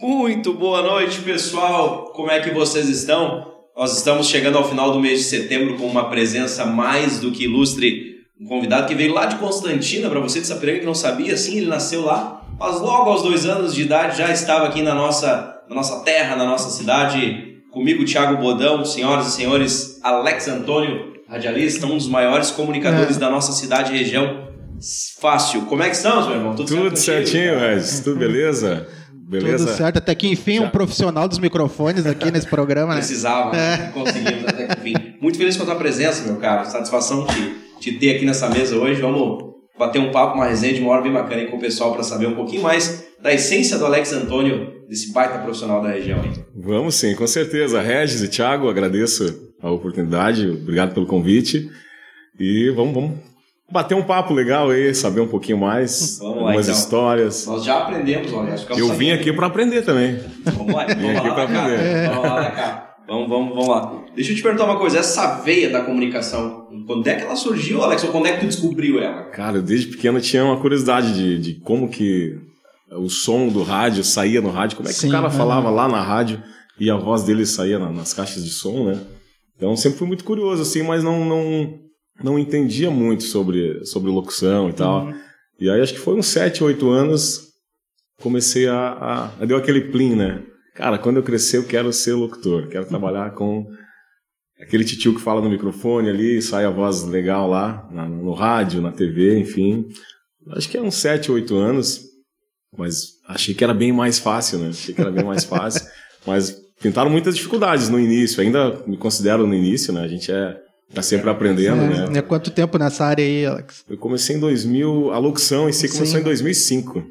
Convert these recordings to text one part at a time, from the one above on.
Muito boa noite, pessoal! Como é que vocês estão? Nós estamos chegando ao final do mês de setembro com uma presença mais do que ilustre. Um convidado que veio lá de Constantina, para você de Sapiranga que não sabia, sim, ele nasceu lá, mas logo aos 2 anos de idade já estava aqui na nossa terra, na nossa cidade. Comigo, Thiago Bodão, senhoras e senhores, Alex Antônio, radialista, um dos maiores comunicadores da nossa cidade e região. Fácil. Como é que estamos, meu irmão? Tudo certinho, Regis. Tudo beleza? Beleza? Tudo certo. Até que enfim, um profissional dos microfones aqui nesse programa, né? Precisava, conseguimos até que enfim. Muito feliz com a tua presença, meu caro. Satisfação te ter aqui nessa mesa hoje. Vamos bater um papo, uma resenha de uma hora bem bacana aí com o pessoal para saber um pouquinho mais da essência do Alex Antônio, desse baita profissional da região aí. Vamos sim, com certeza. Regis e Thiago, agradeço a oportunidade, obrigado pelo convite. E vamos bater um papo legal aí, saber um pouquinho mais, algumas histórias. Nós já aprendemos, Alex. Eu vim aqui para aprender também. Vamos lá, vamos lá. Vamos lá. Deixa eu te perguntar uma coisa, essa veia da comunicação, quando é que ela surgiu, Alex? Ou quando é que tu descobriu ela? Cara, eu desde pequeno tinha uma curiosidade de como que o som do rádio saía no rádio, como é que o cara falava lá na rádio e a voz dele saía nas caixas de som, né? Então sempre fui muito curioso, assim, mas não entendia muito sobre locução e tal. E aí acho que foi uns 7, 8 anos, comecei deu aquele plim, né? Cara, quando eu crescer eu quero ser locutor, quero trabalhar com aquele titio que fala no microfone ali, sai a voz legal lá, no rádio, na TV, enfim. Acho que é uns 7, 8 anos, mas achei que era bem mais fácil, né? Mas tentaram muitas dificuldades no início, ainda me considero no início, né? A gente tá sempre aprendendo, né? Há quanto tempo nessa área aí, Alex? Eu comecei em 2000, a locução em si começou em 2005.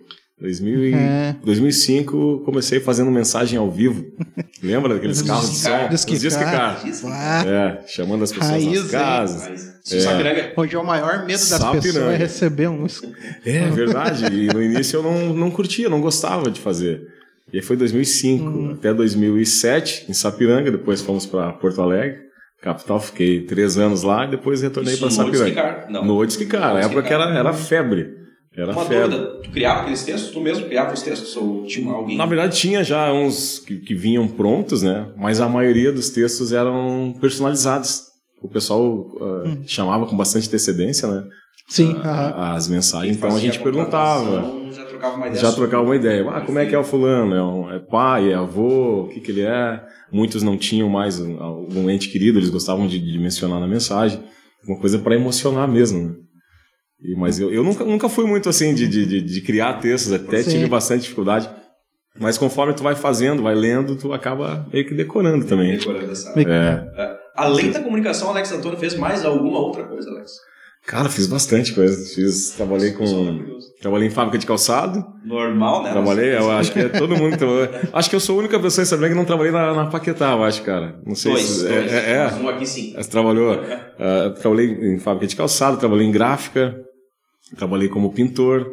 2005 comecei fazendo mensagem ao vivo. Lembra daqueles carros de som? Os Disque-Car. Chamando as pessoas nas casas. Hoje é o maior medo das pessoas é receber um músico. É verdade. E no início eu não curtia, não gostava de fazer. E aí foi 2005 até 2007 em Sapiranga. Depois fomos para Porto Alegre, capital. Fiquei 3 anos lá e depois retornei para Sapiranga. No Disque-Car. Na época que era febre. Uma dúvida, tu criava aqueles textos? Tu mesmo criava os textos ou tinha alguém? Na verdade tinha já uns que vinham prontos, né? Mas a maioria dos textos eram personalizados. O pessoal chamava com bastante antecedência, né? Sim. As mensagens. Então a gente perguntava. Já trocava uma ideia. Como é que é o fulano? É pai, é avô? O que ele é? Muitos não tinham mais algum ente querido, eles gostavam de mencionar na mensagem. Uma coisa para emocionar mesmo, né? Mas eu nunca fui muito assim de criar textos, até tive bastante dificuldade. Mas conforme tu vai fazendo, vai lendo, tu acaba meio que decorando também. Além da comunicação, Alex Antônio fez mais alguma outra coisa, Alex? Cara, fiz bastante coisa. Trabalhei em fábrica de calçado. Normal, né? Trabalhei, eu acho que todo mundo trabalhou. Acho que eu sou a única pessoa em Sapiranga que não trabalhei na Paquetá, eu acho, cara. Não sei se... Um aqui sim. Você trabalhou? Trabalhei em fábrica de calçado, trabalhei em gráfica. Trabalhei como pintor,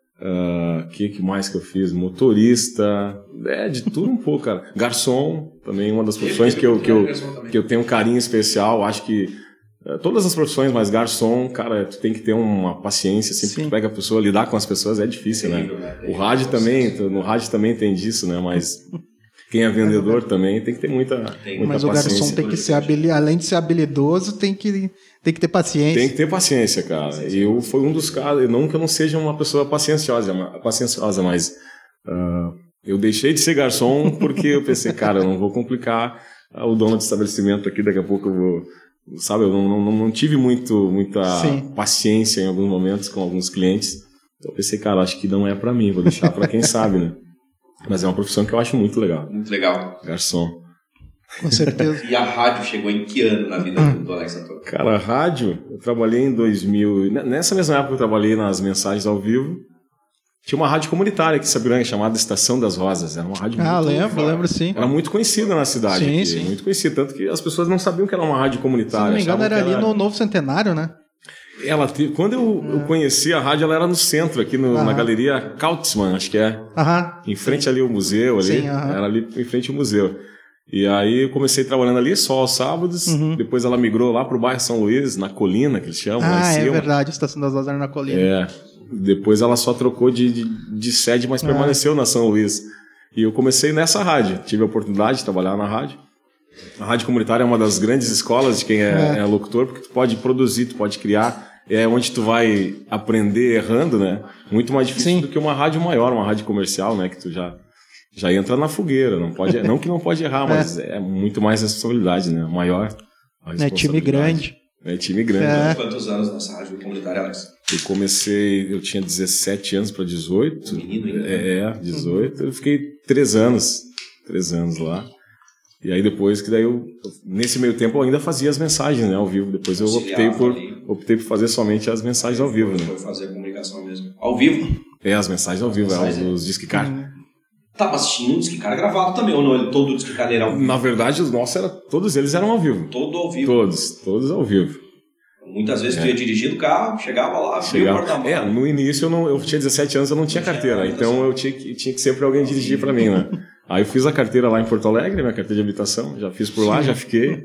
que mais que eu fiz? Motorista, de tudo um pouco, cara. Garçom, também uma das profissões que eu tenho um carinho especial. Acho que todas as profissões, mas garçom, cara, tu tem que ter uma paciência. Sempre que tu pega a pessoa, lidar com as pessoas é difícil, né? O rádio também, no rádio também tem disso, né? Mas quem é vendedor também tem que ter muita paciência. Mas o garçom tem que ser, além de ser habilidoso, tem que ter paciência. Tem que ter paciência, cara. Eu fui um dos casos, não que eu não seja uma pessoa pacienciosa, mas eu deixei de ser garçom porque eu pensei, cara, eu não vou complicar o dono do estabelecimento aqui, daqui a pouco eu vou... Sabe, eu não tive muita paciência em alguns momentos com alguns clientes. Então eu pensei, cara, acho que não é pra mim, vou deixar pra quem sabe, né? Mas é uma profissão que eu acho muito legal. Muito legal. Garçom. Com certeza. E a rádio chegou em que ano na vida do Alex Antônio? Cara, a rádio, eu trabalhei em 2000... Nessa mesma época eu trabalhei nas mensagens ao vivo. Tinha uma rádio comunitária aqui em Sapiranga chamada Estação das Rosas. Era uma rádio lembro sim. Era muito conhecida na cidade. Sim. Muito conhecida, tanto que as pessoas não sabiam que era uma rádio comunitária. Se não me engano, era ali no Novo Centenário, né? Quando eu conheci a rádio, ela era no centro, aqui na Galeria Kautzmann, acho que é. Em frente ali ao museu, ali. Era ali em frente ao museu. E aí eu comecei trabalhando ali só aos sábados. Depois ela migrou lá pro bairro São Luís, na Colina, que eles chamam. Ah, é verdade, a Estação das Rosas era na Colina. Depois ela só trocou de sede, mas permaneceu na São Luís. E eu comecei nessa rádio. Tive a oportunidade de trabalhar na rádio. A rádio comunitária é uma das grandes escolas de quem é locutor, porque tu pode produzir, tu pode criar. É onde tu vai aprender errando, né? Muito mais difícil do que uma rádio maior, uma rádio comercial, né? Que tu já entra na fogueira. Não que não pode errar, mas é muito mais responsabilidade, né? Maior. É time grande. É time grande. Quantos anos nessa rádio comunitária, Alex? Eu tinha 17 anos para 18. Menino ainda. 18. Eu fiquei 3 anos lá. E aí depois que nesse meio tempo eu ainda fazia as mensagens, né, ao vivo. Depois eu optei por fazer somente as mensagens ao vivo, né? Foi fazer a comunicação mesmo. Ao vivo? As mensagens ao vivo, os Disque Car. Tá, mas tinha um Disque Car gravado também, ou não? Todo o Disque Car era ao vivo? Na verdade, os nossos todos eles eram ao vivo. Todo ao vivo? Todos ao vivo. Muitas vezes tu ia dirigindo o carro, chegava lá, abria o porta-malas. No início eu tinha 17 anos, eu não tinha carteira, então eu tinha que sempre alguém dirigir para mim, né? Aí eu fiz a carteira lá em Porto Alegre, minha carteira de habitação, já fiz por lá, já fiquei,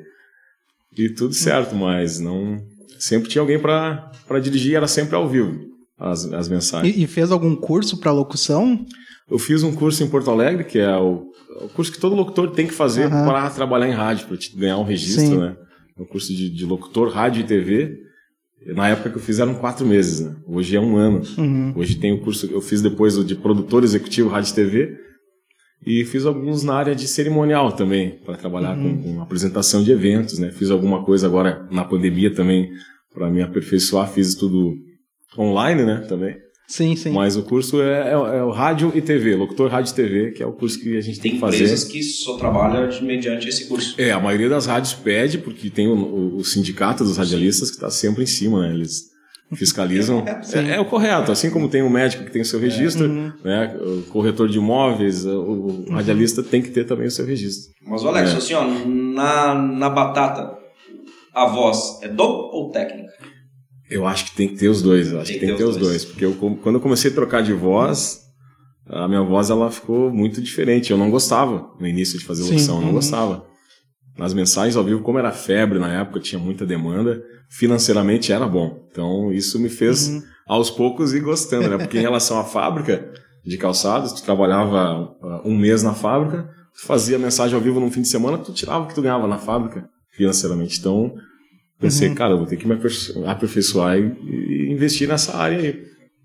e tudo certo, mas não... Sempre tinha alguém para dirigir, era sempre ao vivo, as mensagens. E fez algum curso para locução? Eu fiz um curso em Porto Alegre, que é o curso que todo locutor tem que fazer para trabalhar em rádio, para ganhar um registro, né? Um curso de locutor, rádio e TV. Na época que eu fiz eram 4 meses, né? Hoje é 1 ano. Hoje tem o curso que eu fiz depois de produtor executivo, rádio e TV. E fiz alguns na área de cerimonial também, para trabalhar com apresentação de eventos, né? Fiz alguma coisa agora na pandemia também, para me aperfeiçoar. Fiz tudo online, né? Também. Sim. Mas o curso é o rádio e TV, locutor rádio e TV, que é o curso que a gente tem que fazer. Tem empresas que só trabalham mediante esse curso. A maioria das rádios pede, porque tem o sindicato dos radialistas que está sempre em cima, né? Eles fiscalizam. É o correto, assim como tem o médico que tem o seu registro, né? O corretor de imóveis, o radialista tem que ter também o seu registro. Mas, Alex, assim, ó, na batata, a voz é dom ou técnica? Eu acho que tem que ter os dois, porque quando eu comecei a trocar de voz, a minha voz ela ficou muito diferente. Eu não gostava no início de fazer locução, eu não gostava. Nas mensagens ao vivo, como era febre na época, tinha muita demanda, financeiramente era bom. Então isso me fez aos poucos ir gostando, né? Porque em relação à fábrica de calçados, tu trabalhava 1 mês na fábrica, tu fazia mensagem ao vivo num fim de semana, tu tirava o que tu ganhava na fábrica financeiramente. Então pensei, cara, eu vou ter que me aperfeiçoar e investir nessa área aí.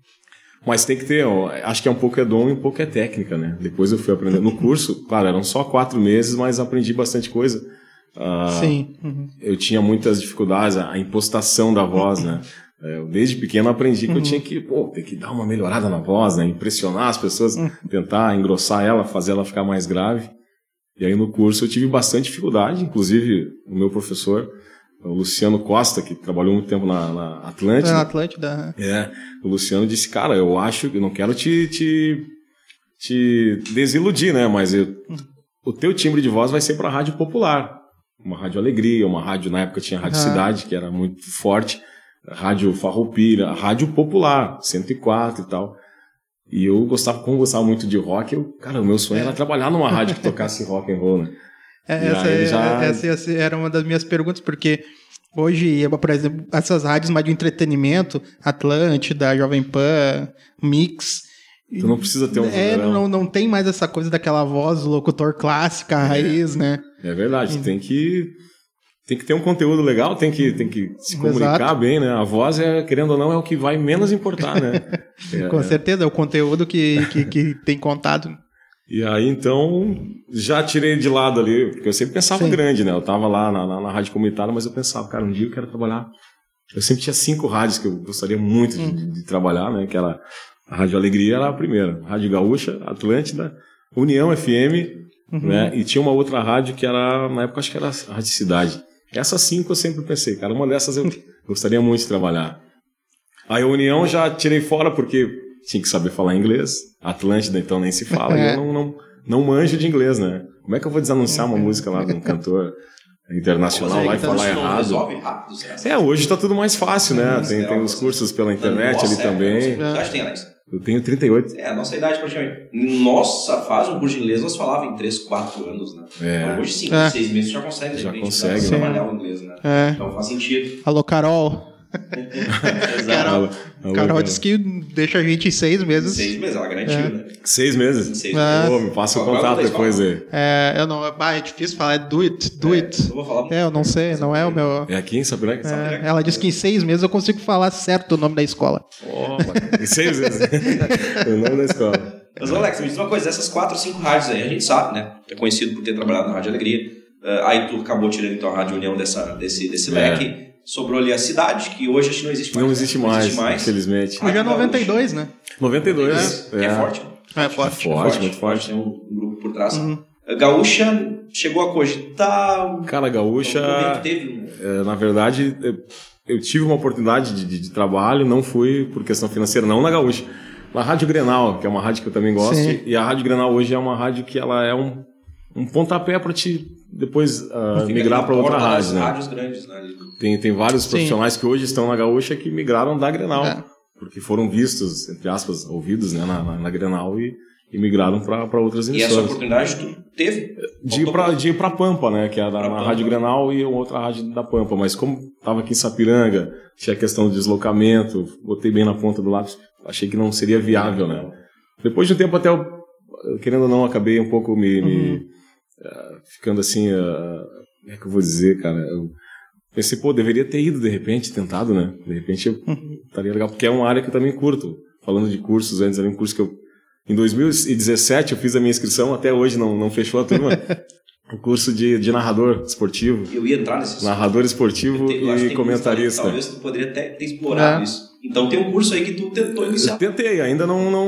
Mas tem que ter, acho que um pouco é dom e um pouco é técnica, né? Depois eu fui aprendendo. No curso, claro, eram só 4 meses, mas aprendi bastante coisa. Eu tinha muitas dificuldades, a impostação da voz, né? Eu, desde pequeno, aprendi que eu tinha que, ter que dar uma melhorada na voz, né? Impressionar as pessoas, tentar engrossar ela, fazer ela ficar mais grave. E aí no curso eu tive bastante dificuldade, inclusive o meu professor, o Luciano Costa, que trabalhou muito tempo na Atlântida. Na Atlântida. O Luciano disse, cara, eu não quero te desiludir, né? Mas o teu timbre de voz vai ser para a rádio popular. Uma rádio Alegria, uma rádio, na época tinha a Rádio Cidade, que era muito forte. Rádio Farroupilha, rádio popular, 104 e tal. E eu gostava muito de rock. O meu sonho era trabalhar numa rádio que tocasse rock and roll, né? Essa era uma das minhas perguntas, porque hoje, por exemplo, essas rádios mais de entretenimento, Atlântida, Jovem Pan, Mix... Tu não precisa ter um... Não tem mais essa coisa daquela voz do locutor clássica, raiz, né? É verdade, tem que ter um conteúdo legal, tem que se comunicar bem, né? A voz, querendo ou não, é o que vai menos importar, né? Com certeza, é o conteúdo que tem contado. E aí, então, já tirei de lado ali, porque eu sempre pensava grande, né? Eu tava lá na rádio comunitária, mas eu pensava, cara, um dia eu quero trabalhar. Eu sempre tinha 5 rádios que eu gostaria muito de trabalhar, né? Que era a Rádio Alegria, era a primeira. Rádio Gaúcha, Atlântida, União FM, né? E tinha uma outra rádio que era, na época, acho que era a Rádio Cidade. Essas 5 eu sempre pensei, cara, uma dessas eu gostaria muito de trabalhar. Aí a União já tirei fora porque tinha que saber falar inglês. Atlântida, então, nem se fala. E eu não manjo de inglês, né? Como é que eu vou desanunciar uma música lá de um cantor internacional lá e falar errado? Resolve rápido, hoje tá tudo mais fácil, né? Tem os cursos pela internet ali também. Que idade tem, Alex? Eu tenho 38. A nossa idade praticamente. Nossa fase, um curso de inglês nós falávamos em 3, 4 anos, né? Então, hoje 5, 6 meses já consegue. Já consegue, trabalhar o inglês, né? Então faz sentido. Alô, Carol. Exato. O Carol disse que deixa a gente em 6 meses. 6 meses, ela garantiu, né? 6 meses? 6 meses. Pô, me passa o contato depois aí. Eu não... é difícil falar, do it. Eu vou falar eu não sei, não é o meu... É aqui em Sapiranga? Ela disse que em 6 meses eu consigo falar certo o nome da escola. Em 6 meses. O nome da escola. Mas, Alex, me diz uma coisa, dessas 4 ou 5 rádios aí, a gente sabe, né? É conhecido por ter trabalhado na Rádio Alegria. Aí tu acabou tirando então a Rádio União desse leque. Sobrou ali a cidade, que hoje acho que não existe mais. Não existe mais, infelizmente. Hoje é 92, né? 92. Que é forte. É forte. Muito forte. Tem um grupo por trás. Gaúcha chegou a cogitar... Cara, Gaúcha... na verdade, eu tive uma oportunidade de trabalho, não fui por questão financeira, não na Gaúcha. Na Rádio Grenal, que é uma rádio que eu também gosto. Sim. E a Rádio Grenal hoje é uma rádio que ela é um pontapé para te depois migrar para outra rádio. Né? Rádios grandes, né? Tem vários profissionais que hoje estão na Gaúcha que migraram da Grenal, porque foram vistos, entre aspas, ouvidos, né, na Grenal e migraram para outras emissoras. E essa oportunidade tu teve? De ir para Pampa, né, que é na Rádio Grenal e outra rádio da Pampa. Mas como estava aqui em Sapiranga, tinha a questão do deslocamento, botei bem na ponta do lápis, achei que não seria viável, né. Depois de um tempo até, querendo ou não, acabei um pouco ficando assim, como é que eu vou dizer, cara... Pensei, deveria ter ido de repente, tentado, né? De repente eu estaria legal, porque é uma área que eu também curto. Falando de cursos, antes era um curso que em 2017 eu fiz a minha inscrição, até hoje não fechou a turma. Um curso de narrador esportivo. Eu ia entrar nesse narrador esportivo e comentarista. Talvez tu poderia até ter explorado isso. Então tem um curso aí que tu tentou iniciar. Eu tentei, ainda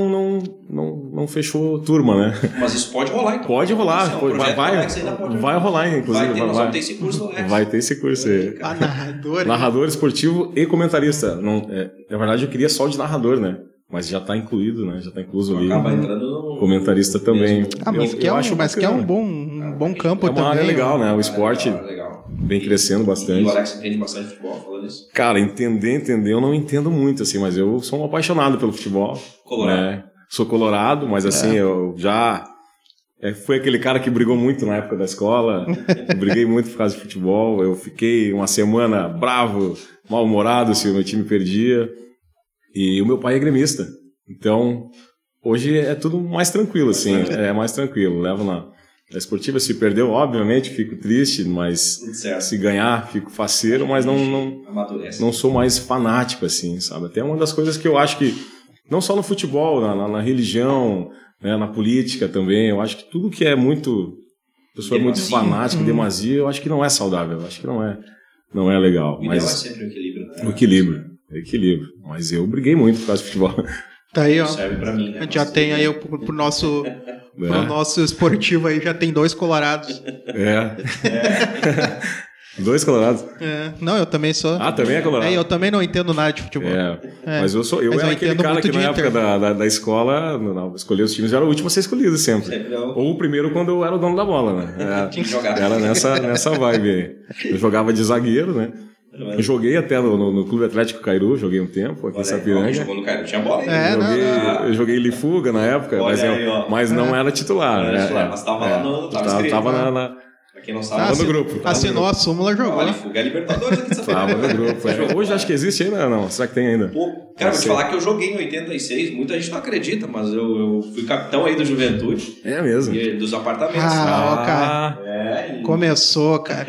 não fechou turma, né? Mas isso pode rolar, então. Pode rolar, vai rolar, inclusive. Vai ter esse curso, Alex. Vai ter esse curso aí. Narrador esportivo e comentarista. Na verdade, eu queria só de narrador, né? Mas já está incluído, né? Já está incluso ali. Acaba entrando no... Comentarista também. Mas que é um bom campo também. É uma área legal, né? O esporte vem crescendo bastante. E o Alex entende bastante futebol, falando isso? Cara, entender, eu não entendo muito, assim, mas eu sou um apaixonado pelo futebol. Colorado. Né? Sou colorado, mas assim, eu já... fui aquele cara que brigou muito na época da escola. Eu briguei muito por causa de futebol. Eu fiquei uma semana bravo, mal-humorado se o meu time perdia. E o meu pai é gremista. Então, hoje é tudo mais tranquilo, assim. É mais tranquilo. Levo na esportiva, se perdeu, obviamente, fico triste, mas se ganhar, fico faceiro, mas não sou mais fanático, assim, sabe? Até uma das coisas que eu acho que, não só no futebol, na religião, né, na política também, eu acho que tudo que é muito... A pessoa é muito fanática, demasia, eu acho que não é saudável, eu acho que não é legal. Mas é sempre o equilíbrio, né? Equilíbrio. Mas eu briguei muito por causa do futebol. Tá aí, ó. Serve pra mim, né? A gente já tem aí pro nosso esportivo aí, já tem 2 colorados. 2 colorados. Não, eu também sou. Ah, também é colorado? Eu também não entendo nada de futebol. Mas eu era aquele cara que na época da escola, escolher os times, eu era o último a ser escolhido sempre. Ou o primeiro quando eu era o dono da bola, né? Tinha que jogar. Era nessa vibe aí. Eu jogava de zagueiro, né? Eu joguei até no Clube Atlético Cairu, joguei um tempo aqui em Sapiranga. Jogou no Cairu, tinha bola aí. Eu joguei Lifuga na época, mas não era titular. Mas tava lá no... Tava na... Pra quem não sabe, no grupo. Assinou a súmula, jogou. Lifuga é Libertadores aqui de Sapiranga. Tava no grupo. Hoje acho que existe ainda, não? Será que tem ainda? Cara, vou te falar que eu joguei em 86, muita gente não acredita, mas eu fui capitão aí do Juventude. É mesmo? E dos apartamentos. Cara. Começou, cara.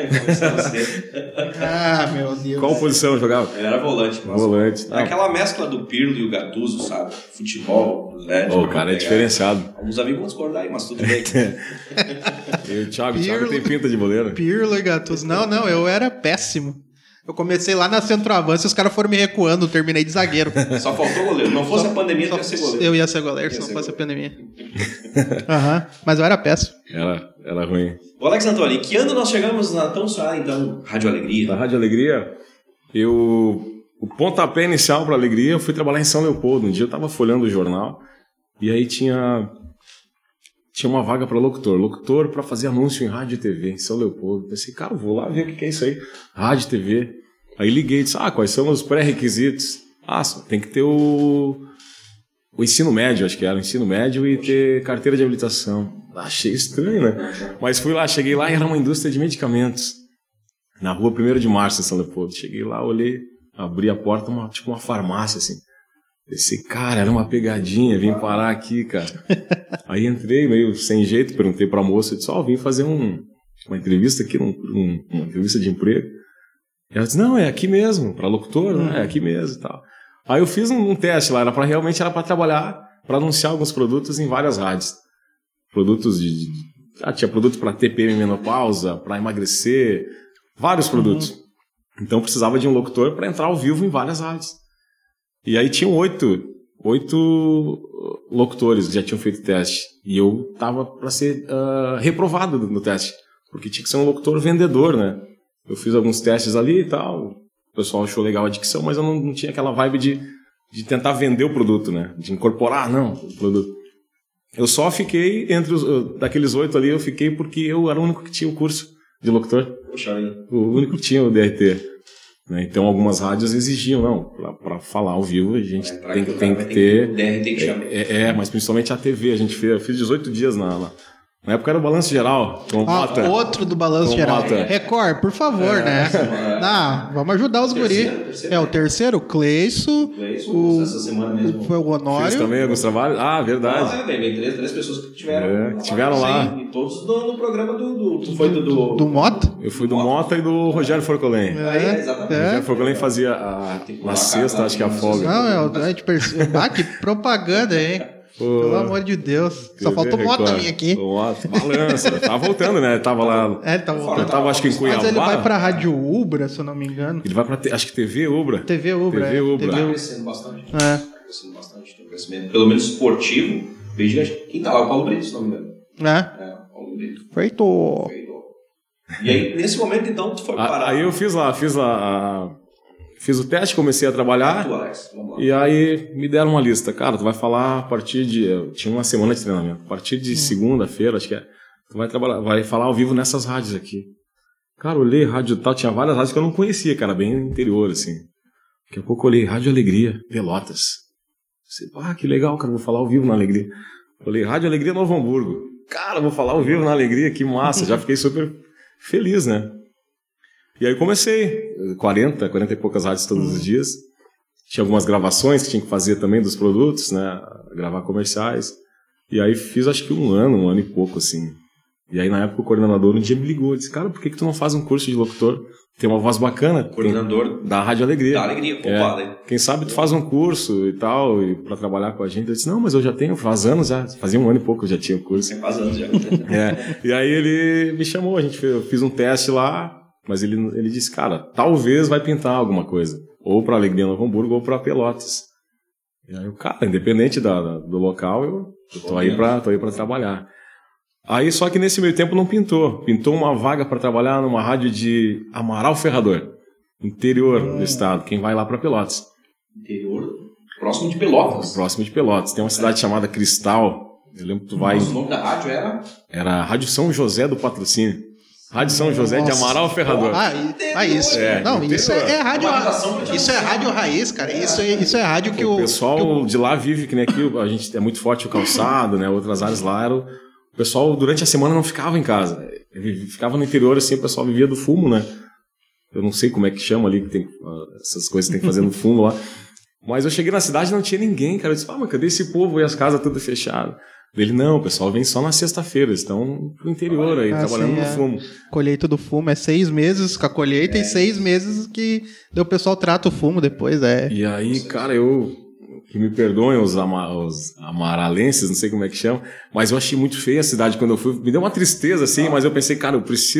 Meu Deus. Qual posição jogava? Ele era volante. Volante. É aquela mescla do Pirlo e o Gattuso, sabe? Futebol, né? O cara é diferenciado. Alguns amigos vão discordar aí, mas tudo bem. E o Thiago tem pinta de boleiro? Pirlo e Gattuso. Não, eu era péssimo. Eu comecei lá na centroavância e os caras foram me recuando, terminei de zagueiro. Só faltou goleiro. Não fosse a pandemia, tu ia ser goleiro. Eu ia ser goleiro se não fosse a pandemia. Mas eu era péssimo. Era ruim. Ô Alex Antônio, que ano nós chegamos na tão sonhada, então, Rádio Alegria? Na Rádio Alegria, o pontapé inicial para Alegria, eu fui trabalhar em São Leopoldo. Um dia eu estava folhando o jornal e aí tinha uma vaga para locutor para fazer anúncio em rádio e TV em São Leopoldo. Pensei, cara, vou lá ver o que é isso aí, rádio e TV. Aí liguei e disse, quais são os pré-requisitos? Tem que ter o ensino médio, acho que era o ensino médio e ter carteira de habilitação. Achei estranho, né? Mas fui lá, cheguei lá e era uma indústria de medicamentos. Na rua 1º de Março, em São Leopoldo. Cheguei lá, olhei, abri a porta, tipo uma farmácia, assim. Esse cara era uma pegadinha, vim parar aqui, cara. Aí entrei meio sem jeito, perguntei pra moça, disse, vim fazer uma entrevista aqui, uma entrevista de emprego. E ela disse, não, é aqui mesmo, pra locutor, né? É aqui mesmo e tal. Aí eu fiz um teste lá, realmente era pra trabalhar, pra anunciar alguns produtos em várias rádios. Produtos tinha produto pra TPM menopausa, pra emagrecer, vários produtos. Então precisava de um locutor pra entrar ao vivo em várias rádios. E aí tinham 8 locutores que já tinham feito teste. E eu tava para ser reprovado no teste. Porque tinha que ser um locutor vendedor, né? Eu fiz alguns testes ali e tal. O pessoal achou legal a dicção, mas eu não tinha aquela vibe de tentar vender o produto, né? De incorporar, o produto. Eu só fiquei daqueles 8 ali, eu fiquei porque eu era o único que tinha o curso de locutor. Poxa aí. O único que tinha o DRT. Então algumas rádios exigiam, para falar ao vivo a gente tem que ter o DRT que chama. Mas principalmente a TV, eu fiz 18 dias na época era o Balanço Geral, outro do Balanço Geral. Record, por favor, né? Vamos ajudar os guri. O terceiro, o Cleiso, essa semana mesmo. Foi o Honório. Fez também alguns trabalhos? Verdade. Bem, três pessoas que tiveram. Que tiveram lá. E todos no programa tu foi do Mota? Eu fui do Mota e do Rogério Forcolém. Exatamente. O Rogério Forcolém fazia na sexta, acho que a folga. A gente percebe. Que propaganda, hein? Pelo amor de Deus. Só faltou o Mota vir aqui. O Mota, balança. Tava voltando, né? Tava lá. Ele tava voltando. Eu tava, acho que em Cuiabá. Mas ele vai pra Rádio Ubra, se eu não me engano. Ele vai pra, acho que TV Ubra. TV Ubra. Tá crescendo bastante. Tá crescendo bastante. Tem um crescimento, pelo menos esportivo. Bem gigante. Quem tá lá? O Paulo Brito, se não me engano. O Paulo Brito. Feito. E aí, nesse momento, então, tu foi parar. Aí eu fiz o teste, comecei a trabalhar. E aí me deram uma lista. Cara, tu vai falar a partir de... Eu tinha uma semana de treinamento. A partir de segunda-feira, acho que tu vai trabalhar, vai falar ao vivo nessas rádios aqui. Cara, olhei rádio tal, tinha várias rádios que eu não conhecia, cara, bem interior, assim. Daqui a pouco eu olhei Rádio Alegria, Pelotas. Que legal, cara, vou falar ao vivo na Alegria. Olhei Rádio Alegria, Novo Hamburgo. Cara, vou falar ao vivo na Alegria, que massa. Já fiquei super feliz, né? E aí comecei, 40 e poucas rádios todos os dias. Tinha algumas gravações que tinha que fazer também dos produtos, né? Gravar comerciais. E aí fiz acho que um ano e pouco, assim. E aí na época o coordenador um dia me ligou, disse, cara, por que tu não faz um curso de locutor? Tem uma voz bacana. Coordenador da Rádio Alegria. Da Alegria, poupado, hein? Quem sabe tu faz um curso e tal, e pra trabalhar com a gente. Eu disse, não, mas eu já tenho, faz anos já. Fazia um ano e pouco que eu já tinha o curso. Faz anos já. E aí ele me chamou, eu fiz um teste lá. Mas ele disse, cara, talvez vai pintar alguma coisa. Ou para Alegria Novo Hamburgo ou para Pelotas. E aí, cara, independente do local, eu tô aí para trabalhar. Aí, só que nesse meio tempo não pintou. Pintou uma vaga para trabalhar numa rádio de Amaral Ferrador. Interior do estado. Quem vai lá para Pelotas. Interior? Próximo de Pelotas. Próximo de Pelotas. Tem uma cidade chamada Cristal. Eu lembro que tu vai... Mas o nome da rádio era? Era a Rádio São José do Patrocínio. Rádio São José de Amaral Ferrador. Isso. Isso é rádio. Isso é rádio raiz, cara. Isso é rádio que o pessoal de lá vive, que nem aqui, a gente é muito forte o calçado, né? Outras áreas lá o pessoal durante a semana não ficava em casa. Ficava no interior, assim, o pessoal vivia do fumo, né? Eu não sei como é que chama ali, que tem essas coisas que tem que fazer no fumo lá. Mas eu cheguei na cidade e não tinha ninguém, cara. Eu disse, mas cadê esse povo? E as casas tudo fechadas. Ele, não, o pessoal vem só na sexta-feira, eles estão pro interior aí, trabalhando no fumo. Colheita do fumo é 6 meses com a colheita e 6 meses que o pessoal trata o fumo depois, E aí, cara, que me perdoem os amaralenses, não sei como é que chama, mas eu achei muito feia a cidade quando eu fui, me deu uma tristeza, assim, mas eu pensei, cara, eu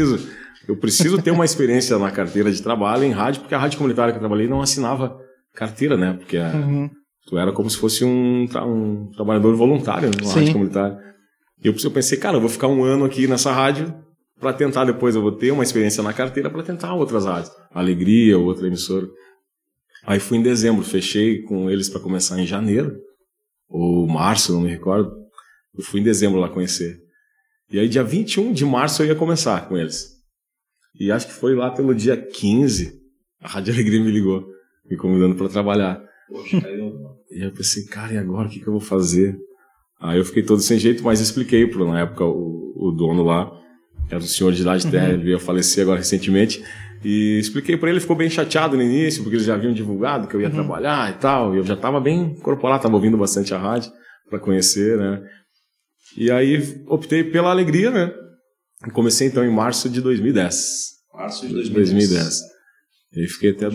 preciso ter uma experiência na carteira de trabalho em rádio, porque a rádio comunitária que eu trabalhei não assinava carteira, né, porque tu era como se fosse um trabalhador voluntário numa rádio comunitária. E eu pensei, cara, eu vou ficar um ano aqui nessa rádio para tentar depois, eu vou ter uma experiência na carteira para tentar outras rádios. Alegria, outra emissora. Aí fui em dezembro, fechei com eles para começar em janeiro, ou março, não me recordo. Eu fui em dezembro lá conhecer. E aí dia 21 de março eu ia começar com eles. E acho que foi lá pelo dia 15, a Rádio Alegria me ligou, me convidando para trabalhar. Poxa, e aí eu pensei, cara, e agora o que eu vou fazer? Aí eu fiquei todo sem jeito, mas expliquei na época o dono lá. era um senhor de idade, ele veio a falecer agora recentemente, e expliquei para ele, ficou bem chateado no início, porque eles já haviam divulgado que eu ia trabalhar e tal, e eu já estava bem incorporado, estava ouvindo bastante a rádio para conhecer, né? E aí optei pela alegria, né? E comecei então em março de 2010. Março de 2010. E fiquei até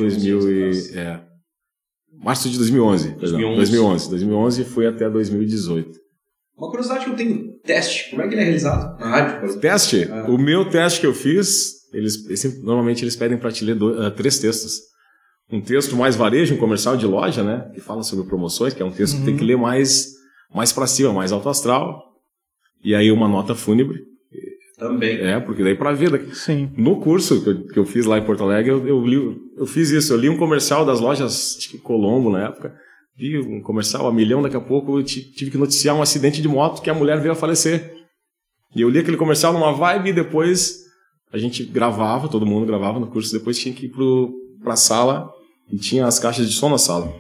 março de 2011. 2011 e fui até 2018. Uma curiosidade que eu tenho, teste, como é que ele é realizado na rádio? Por exemplo? Teste? O meu teste que eu fiz, normalmente eles pedem para te ler 3 textos. Um texto mais varejo, um comercial de loja, né? Que fala sobre promoções, que é um texto que tem que ler mais para cima, mais alto astral. E aí uma nota fúnebre. Também. Porque daí para ver. Sim. No curso que eu fiz lá em Porto Alegre, eu fiz isso. Eu li um comercial das lojas, acho que Colombo na época. Vi um comercial a milhão, daqui a pouco eu tive que noticiar um acidente de moto que a mulher veio a falecer. E eu li aquele comercial numa vibe e depois a gente gravava, todo mundo gravava no curso, depois tinha que ir pra sala e tinha as caixas de som na sala.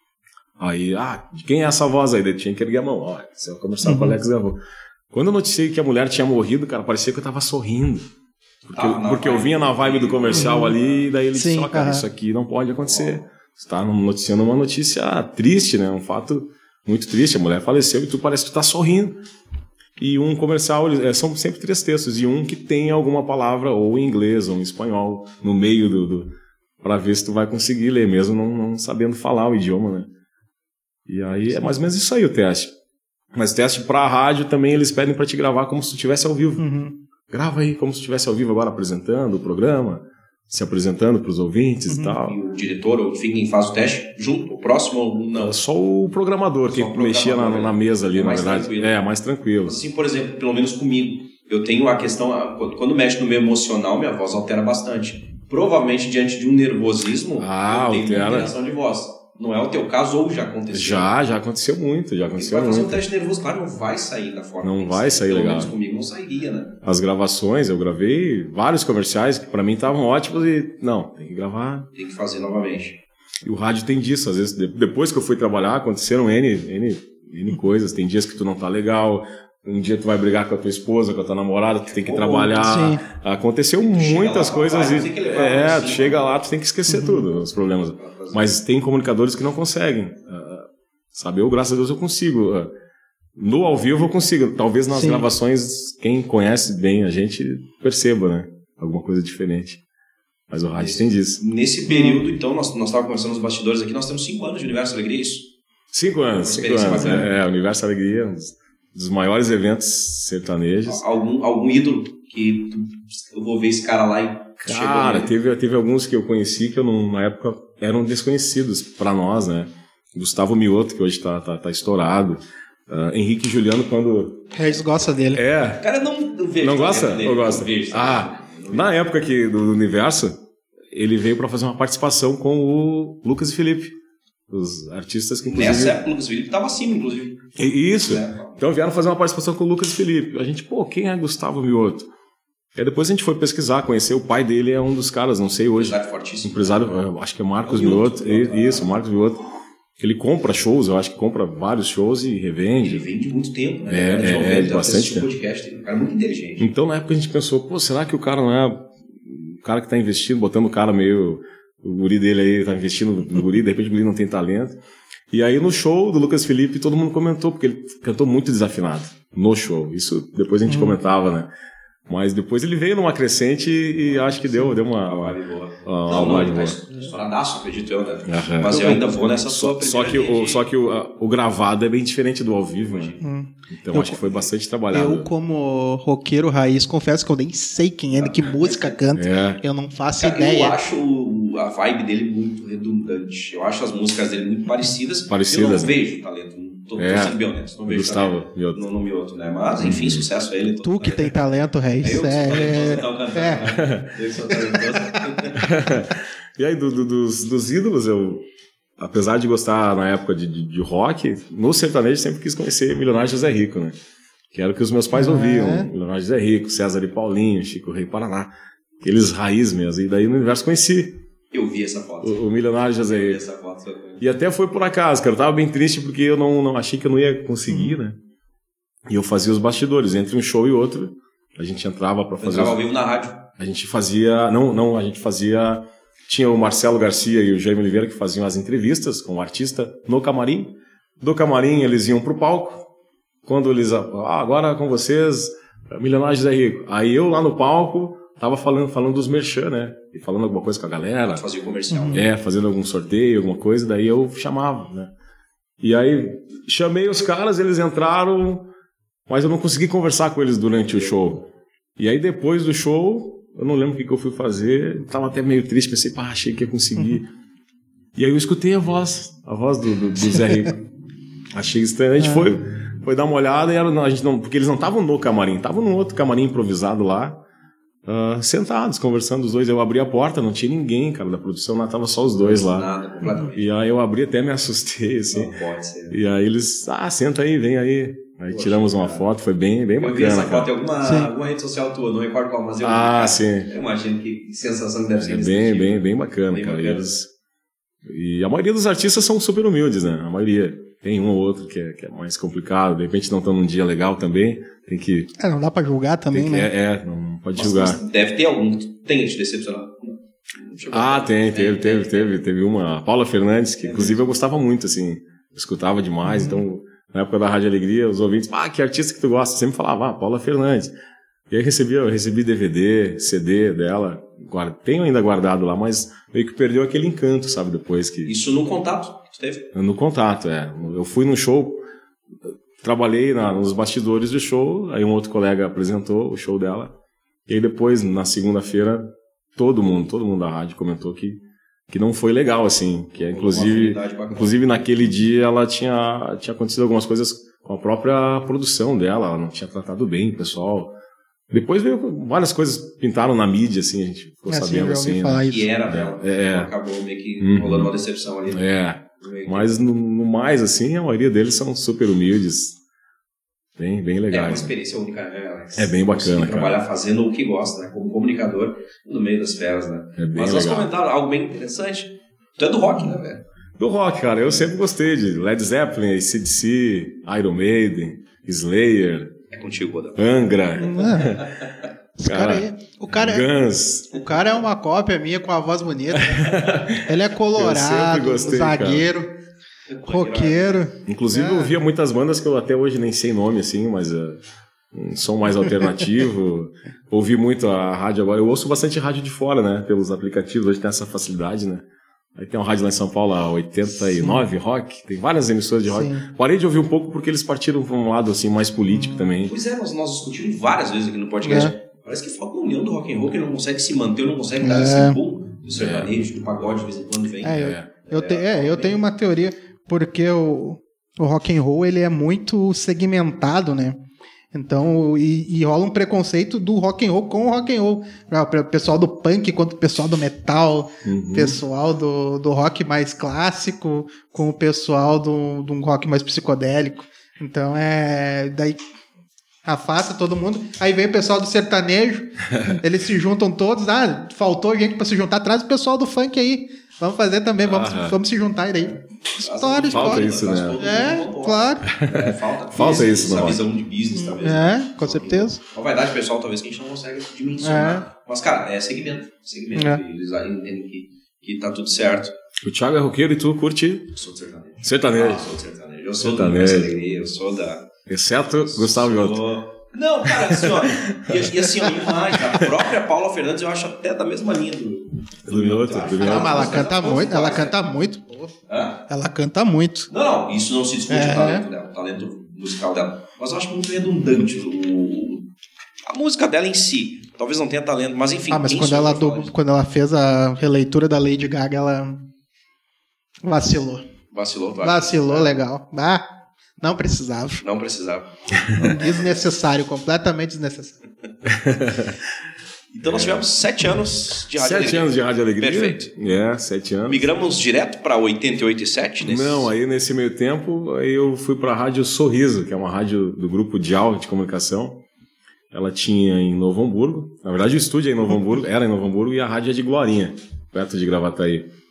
Aí, de quem é essa voz aí? Daí tinha que erguer a mão. Esse é o comercial que o Alex gravou. Quando eu noticiei que a mulher tinha morrido, cara, parecia que eu tava sorrindo. Porque eu vinha na vibe do comercial ali, e daí ele disse, cara, isso aqui não pode acontecer. Você está noticiando uma notícia triste, né? Um fato muito triste. A mulher faleceu e tu parece que tu tá sorrindo. E um comercial, são sempre 3 textos. E um que tem alguma palavra, ou em inglês, ou em espanhol, no meio para ver se tu vai conseguir ler, mesmo não sabendo falar o idioma, né? E aí é mais ou menos isso aí o teste. Mas o teste pra rádio também eles pedem para te gravar como se tu estivesse ao vivo. Grava aí como se tu estivesse ao vivo agora apresentando o programa, se apresentando para os ouvintes e tal. E o diretor, ou enfim, quem faz o teste junto, o próximo ou não? Só o programador, que mexia na mesa ali, na verdade. Tranquilo. Mais tranquilo. Assim, por exemplo, pelo menos comigo, eu tenho a questão, quando mexe no meio emocional, minha voz altera bastante. Provavelmente diante de um nervosismo, eu tenho uma alteração de voz. Não é o teu caso ou já aconteceu? Já aconteceu muito, Vai fazer um teste nervoso, claro, não vai sair da forma. Não vai sair legal. Pelo menos comigo não sairia, né? As gravações, eu gravei vários comerciais que pra mim estavam ótimos e tem que gravar. Tem que fazer novamente. E o rádio tem disso, às vezes, depois que eu fui trabalhar, aconteceram N coisas. Tem dias que tu não tá legal, um dia tu vai brigar com a tua esposa, com a tua namorada, tu tem que trabalhar. Sim. Aconteceu muitas coisas e tu chega lá, tu tem que esquecer tudo, os problemas. Mas tem comunicadores que não conseguem. Sabe, eu, graças a Deus, eu consigo. No ao vivo eu consigo. Talvez nas gravações, quem conhece bem a gente perceba, né? Alguma coisa diferente. Mas o rádio tem disso. Nesse período, então, nós estávamos conversando nos bastidores aqui, nós temos 5 anos de Universo Alegria, isso? 5 anos, 5 anos. Universo Alegria, um dos maiores eventos sertanejos. Algum ídolo que eu vou ver esse cara lá e... Cara, teve alguns que eu conheci que na época eram desconhecidos para nós, né? Gustavo Mioto, que hoje tá estourado. Henrique Juliano, quando... Regis gosta dele. Cara, não vejo. Não gosta? Dele, eu gosto. Vejo, na época do Universo, ele veio para fazer uma participação com o Lucas e Felipe. Os artistas que, inclusive... Nessa época, o Lucas e Felipe estava acima, inclusive. Isso. Então vieram fazer uma participação com o Lucas e Felipe. A gente, quem é Gustavo Mioto? E aí depois a gente foi pesquisar, conhecer. O pai dele é um dos caras, não sei hoje. Empresário fortíssimo. Empresário, acho que é Marcos Mioto. Isso, Marcos Mioto. Ele compra shows, eu acho que compra vários shows e revende. Ele vende muito tempo, né? Bastante tempo. Podcast, um cara muito inteligente. Então na época a gente pensou, será que o cara não é o cara que tá investindo, botando o cara meio... O guri dele aí tá investindo no guri, de repente o guri não tem talento. E aí no show do Lucas Felipe todo mundo comentou, porque ele cantou muito desafinado no show. Isso depois a gente comentava, né? Mas depois ele veio numa crescente e acho que deu uma vibe boa. Estouradaço, acredito eu, né? Mas eu ainda vou nessa sua primeira. Só que o gravado é bem diferente do ao vivo, né? Então acho que foi bastante trabalhado. Eu, como roqueiro raiz, confesso que eu nem sei quem é, que música canta. Eu não faço ideia. Eu acho a vibe dele muito redundante. Eu acho as músicas dele muito parecidas. Eu não vejo talento. Tô sendo bem honesto. Não vejo Gustavo Mioto. No Mioto, né? Mas, enfim, sucesso a ele. Tu que tem talento, Reis. Eu que sou talentoso, então, cantando. Eu que sou talentoso. E aí, dos ídolos, eu, apesar de gostar na época de rock, no sertanejo sempre quis conhecer Milionário José Rico, né? Que era o que os meus pais ouviam. Milionário José Rico, César e Paulinho, Chico Rei Paraná. Aqueles raiz mesmo. E daí no Universo conheci. Eu vi essa foto. O Milionário José Rico. Essa foto. E até foi por acaso, cara. Eu tava bem triste porque eu não achei que eu não ia conseguir, né? E eu fazia os bastidores. Entre um show e outro, A gente entrava para fazer... Entrava ao vivo na rádio? A gente fazia... Não, a gente fazia... Tinha o Marcelo Garcia e o Jaime Oliveira que faziam as entrevistas com o artista no camarim. Do camarim eles iam pro palco. Quando eles... agora com vocês, Milionário José Rico. Aí eu lá no palco tava falando dos merchan, né? E falando alguma coisa com a galera. Fazia o comercial. Fazendo algum sorteio, alguma coisa. Daí eu chamava, né? E aí chamei os caras, eles entraram, mas eu não consegui conversar com eles durante o show. E aí depois do show, eu não lembro o que eu fui fazer, tava até meio triste, pensei, achei que ia conseguir. E aí eu escutei a voz do Zé Rico. Achei estranho, a gente foi dar uma olhada e a gente não, porque eles não estavam no camarim, estavam num outro camarim improvisado lá, sentados, conversando os dois. Eu abri a porta, não tinha ninguém, cara, da produção, lá tava só os dois lá. Nada, completamente. E aí eu abri, até me assustei, assim. Não pode ser. E aí eles, senta aí, vem aí. Aí tiramos uma foto, foi bem bacana. Eu vi essa foto em alguma rede social tua, não recordo qual, mas eu vi, sim. Eu imagino que sensação que deve ser. Bem bacana, cara. E a maioria dos artistas são super humildes, né? A maioria. Tem um ou outro que é mais complicado, de repente não estão num dia legal também, tem que... não dá pra julgar também, né? Não pode julgar. Mas deve ter algum que tenha te decepcionado. Teve uma, a Paula Fernandes, que inclusive eu gostava muito, assim, eu escutava demais, então, na época da Rádio Alegria, os ouvintes, que artista que tu gosta? Eu sempre falava, Paula Fernandes. E aí eu recebi DVD, CD dela, tenho ainda guardado lá, mas meio que perdeu aquele encanto, sabe, depois que... Isso no contato? Teve? No contato, Eu fui no show, trabalhei nos bastidores do show, aí um outro colega apresentou o show dela, e aí depois, na segunda-feira, todo mundo da rádio comentou que não foi legal, assim, que inclusive naquele dia ela tinha acontecido algumas coisas com a própria produção dela, ela não tinha tratado bem o pessoal. Depois veio várias coisas pintaram na mídia, assim, a gente ficou sabendo, assim. Né? Que era dela. Então acabou meio que rolando uma decepção ali. Mas no mais, assim, a maioria deles são super humildes. Bem legais. É uma experiência única, né, Alex? É bem bacana, cara. Trabalhar fazendo o que gosta, né? Como comunicador no meio das feras, né? Mas nós comentaram algo bem interessante. Tu é do rock, né, velho? Do rock, cara. Eu sempre gostei de Led Zeppelin, AC/DC, Iron Maiden, Slayer. É contigo, Bodão. Angra. O cara é uma cópia minha com a voz bonita. Ele é colorado, zagueiro, roqueiro. Inclusive eu ouvia muitas bandas que eu até hoje nem sei nome, assim, mas um som mais alternativo. Ouvi muito a rádio agora. Eu ouço bastante rádio de fora, né? Pelos aplicativos, hoje tem essa facilidade, né? Aí tem uma rádio lá em São Paulo, a 89 Rock, tem várias emissoras de rock. Parei de ouvir um pouco porque eles partiram para um lado assim mais político também. Pois é, nós discutimos várias vezes aqui no podcast. Parece que falta uma união do rock and roll, que não consegue se manter, não consegue dar esse boom do sertanejo, do pagode, de vez em quando vem. Eu tenho uma teoria, porque o rock and roll ele é muito segmentado, né? Então, e rola um preconceito do rock and roll com o rock and roll. O pessoal do punk contra o pessoal do metal, pessoal do rock mais clássico com o pessoal de um rock mais psicodélico. Então, daí afasta todo mundo. Aí vem o pessoal do sertanejo, eles se juntam todos. Faltou gente pra se juntar. Traz o pessoal do funk aí. Vamos fazer também, vamos se juntar. E daí história. Falta isso, né? Claro. Falta isso, essa visão de business, talvez. Com certeza. Uma vaidade pessoal, talvez, que a gente não consegue dimensionar. Mas, cara, é segmento. Eles entendem que tá tudo certo. O Thiago é roqueiro e tu curte? Eu sou de sertanejo. Sertanejo. Sou de sertanejo. Eu sou da Alegria, eu sou da... Exceto Gustavo Mioto. Não, cara, assim, ó. E assim, ó, imagem. A própria Paula Fernandes, eu acho até da mesma linha do Mioto. Mas ela canta muito, ela canta muito. Ela canta muito. Não, isso não se discute o talento dela, o talento musical dela. Mas eu acho muito redundante a música dela em si. Talvez não tenha talento, mas enfim. Mas quando ela fez a releitura da Lady Gaga, ela vacilou. Vacilou legal. Não precisava. Desnecessário, completamente desnecessário. Então nós tivemos 7 anos de Rádio Alegria. 7 anos de Rádio Alegria. Perfeito. 7 anos. Migramos direto para 88.7? Não, aí nesse meio tempo aí eu fui para a Rádio Sorriso, que é uma rádio do grupo Dial de comunicação. Ela tinha em Novo Hamburgo. Na verdade o estúdio é em Novo Hamburgo, era em Novo Hamburgo, e a rádio é de Glorinha, perto de Gravataí.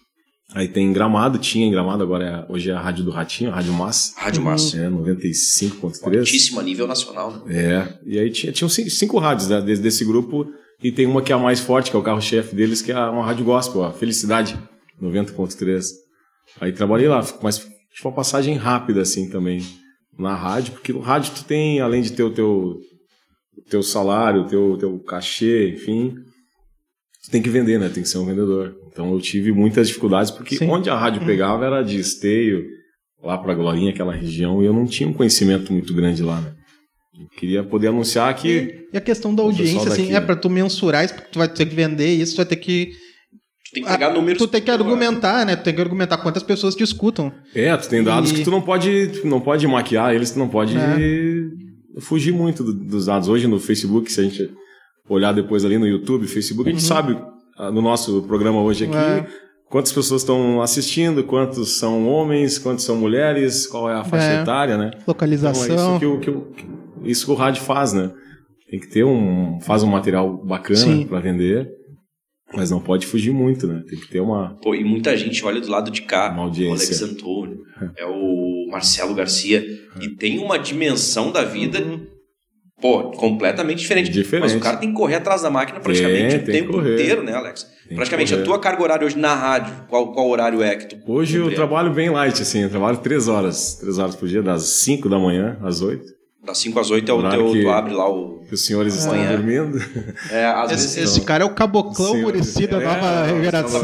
Aí tem em Gramado, tinha em Gramado, agora hoje é a Rádio do Ratinho, a Rádio Massa. Rádio Massa. 95.3. Altíssimo nível nacional, né? E aí tinham 5 rádios, né, desse grupo, e tem uma que é a mais forte, que é o carro-chefe deles, que é uma rádio gospel, a Felicidade, 90.3. Aí trabalhei lá, mas foi uma passagem rápida, assim, também, na rádio, porque no rádio tu tem, além de ter o teu salário, o teu cachê, enfim, tu tem que vender, né? Tem que ser um vendedor. Então eu tive muitas dificuldades, porque onde a rádio pegava era de Esteio, lá pra Glorinha, aquela região, e eu não tinha um conhecimento muito grande lá, né? Eu queria poder anunciar que... E a questão da audiência, assim, daqui, pra tu mensurar isso, porque tu vai ter que vender isso, tu vai ter que... Tu tem que pegar números... Tu tem que argumentar, né? Tu tem que argumentar quantas pessoas te escutam. Tu tem dados que tu não pode maquiar eles, tu não pode fugir muito dos dados. Hoje no Facebook, se a gente olhar depois ali no YouTube, Facebook, a gente sabe, no nosso programa hoje aqui, quantas pessoas estão assistindo, quantos são homens, quantos são mulheres, qual é a faixa etária, né? Localização. Então é isso que o rádio faz, né? Tem que ter faz um material bacana para vender, mas não pode fugir muito, né? Tem que ter uma... Pô, e muita gente olha do lado de cá, o Alex Antônio, é o Marcelo Garcia, e tem uma dimensão da vida... Pô, completamente diferente. Mas o cara tem que correr atrás da máquina praticamente o tempo inteiro, né, Alex? Praticamente a tua carga horária hoje na rádio, qual horário é que tu... Hoje eu trabalho bem light, assim, eu trabalho 3 horas por dia, das 5 da manhã às 8. Das 5 às 8 é o teu, tu abre lá o... Que os senhores estão dormindo. Às vezes esse cara é o Caboclão Muricy da nova revelação.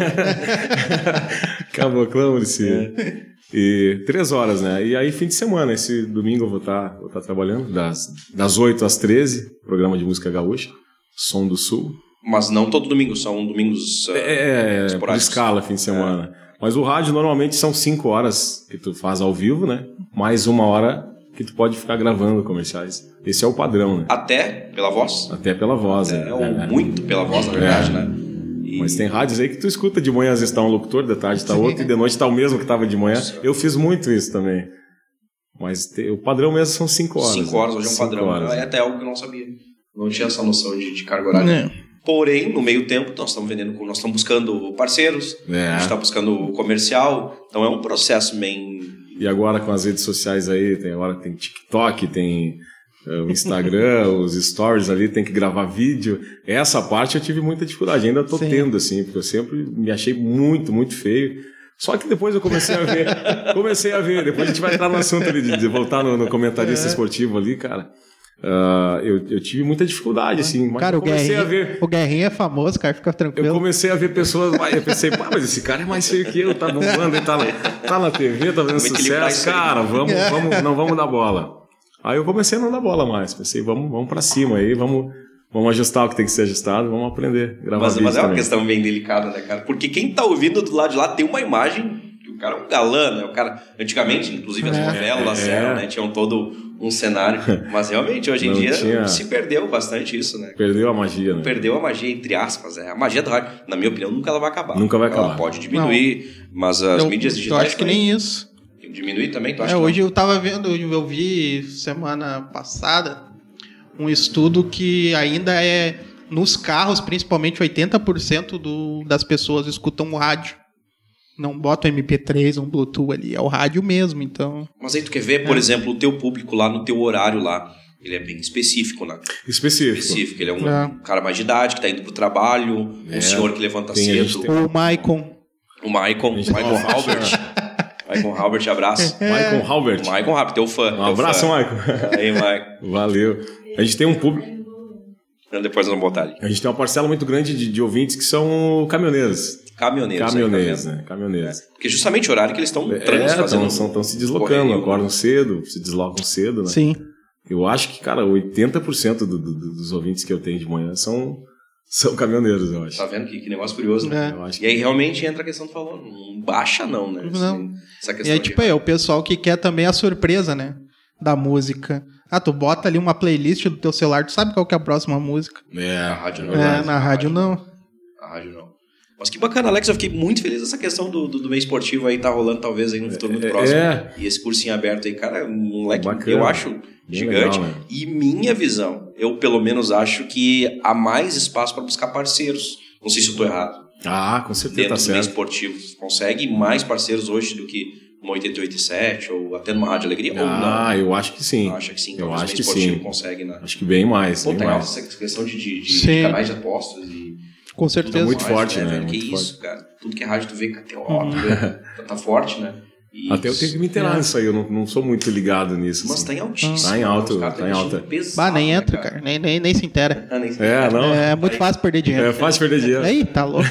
Caboclão Muricy. E 3 horas, né? E aí, fim de semana, esse domingo eu vou estar trabalhando, das 8 às 13, programa de música gaúcha, Som do Sul. Mas não todo domingo, são domingos por escala, fim de semana. Mas o rádio, normalmente, são 5 horas que tu faz ao vivo, né? Mais 1 hora que tu pode ficar gravando comerciais. Esse é o padrão, né? Até pela voz? Até pela voz, muito pela voz, na verdade, né? Mas tem rádios aí que tu escuta de manhã, às vezes tá um locutor, de tarde tá outro, e de noite tá o mesmo que tava de manhã. Eu fiz muito isso também. Mas o padrão mesmo são 5 horas. 5 horas, hoje é um padrão. É até algo que eu não sabia. Não tinha essa noção de carga horária. Porém, no meio tempo, nós estamos buscando parceiros, a gente está buscando comercial, então é um processo bem... E agora com as redes sociais aí, tem TikTok, tem... o Instagram, os stories ali, tem que gravar vídeo. Essa parte eu tive muita dificuldade, ainda tô tendo, assim, porque eu sempre me achei muito, muito feio. Só que depois eu comecei a ver. Depois a gente vai entrar no assunto ali, de voltar no comentarista esportivo ali, cara. Eu tive muita dificuldade, assim, mas cara, eu comecei a ver... O Guerrinha é famoso, cara, fica tranquilo. Eu comecei a ver pessoas, eu pensei, mas esse cara é mais feio que eu, tá bombando, ele tá na TV, tá fazendo sucesso, cara, não vamos dar bola. Aí eu comecei a não dar bola mais. Pensei, vamos pra cima aí, vamos ajustar o que tem que ser ajustado, vamos aprender a gravar vídeo. Mas é uma questão bem delicada, né, cara? Porque quem tá ouvindo do lado de lá tem uma imagem que o cara é um galã, né? O cara, antigamente, inclusive as novelas eram, né? Tinham todo um cenário. Mas realmente, hoje em dia, se perdeu bastante isso, né? Perdeu a magia, né? Perdeu a magia, entre aspas. A magia do rádio, na minha opinião, nunca ela vai acabar. Nunca vai acabar. Ela pode diminuir, mas as mídias digitais... Eu acho que nem isso. Diminuir também, tu acha? Hoje eu tava vendo, eu vi semana passada um estudo que ainda nos carros, principalmente 80% das pessoas escutam o rádio. Não botam MP3, um Bluetooth ali, é o rádio mesmo, então... Mas aí tu quer ver, por exemplo, o teu público lá no teu horário lá, ele é bem específico, né? Específico. Ele é um cara mais de idade, que tá indo pro trabalho, um senhor que levanta cedo. O Maicon Halbert. Maicon Halbert, abraço. Maicon Halbert, teu fã. Um abraço, Maicon. Aí, Maicon. Valeu. A gente tem um público... Depois nós vamos botar ali. A gente tem uma parcela muito grande de ouvintes que são caminhoneiros. Caminhoneiros, né? Caminhoneiros. Porque justamente o horário que eles estão fazendo. Estão se deslocando, acordam cedo, se deslocam cedo, né? Sim. Eu acho que, cara, 80% dos ouvintes que eu tenho de manhã são caminhoneiros, eu acho. Tá vendo que negócio curioso, né? E aí realmente entra a questão que tu falou, não baixa não, né? Não. Essa questão é o pessoal que quer também a surpresa, né? Da música. Tu bota ali uma playlist do teu celular, tu sabe qual que é a próxima música. Na rádio não. Na rádio não. Na rádio não. Mas que bacana, Alex, eu fiquei muito feliz dessa questão do meio esportivo aí, tá rolando talvez aí no futuro muito próximo. E esse cursinho aberto aí, cara, um moleque, eu acho bem gigante. Legal, né? E minha visão, eu pelo menos acho que há mais espaço para buscar parceiros. Não sei se eu tô errado. Com certeza, dentro tá do certo. meio esportivo. Você consegue mais parceiros hoje do que uma 88.7 ou até numa Rádio Alegria? Ou não? Eu acho que sim. Acho que sim. Eu acho que esportivo sim. Consegue, né? Acho que bem mais. Pô, bem tem mais. essa questão de canais de apostas e... Com certeza. Muito forte, né? Velho? Que Muito isso, cara. Tudo que é rádio tu vê KTO, tu vê, tá forte, né? E até eu tenho que me inteirar nisso aí, eu não sou muito ligado nisso. Mas assim. tá em altíssimo. Tá em alto, Os caras tá em alta. pesado, Nem né, entra, cara. Nem se inteira. Nem se Não. É muito fácil perder dinheiro. É fácil perder dinheiro. Aí, tá louco.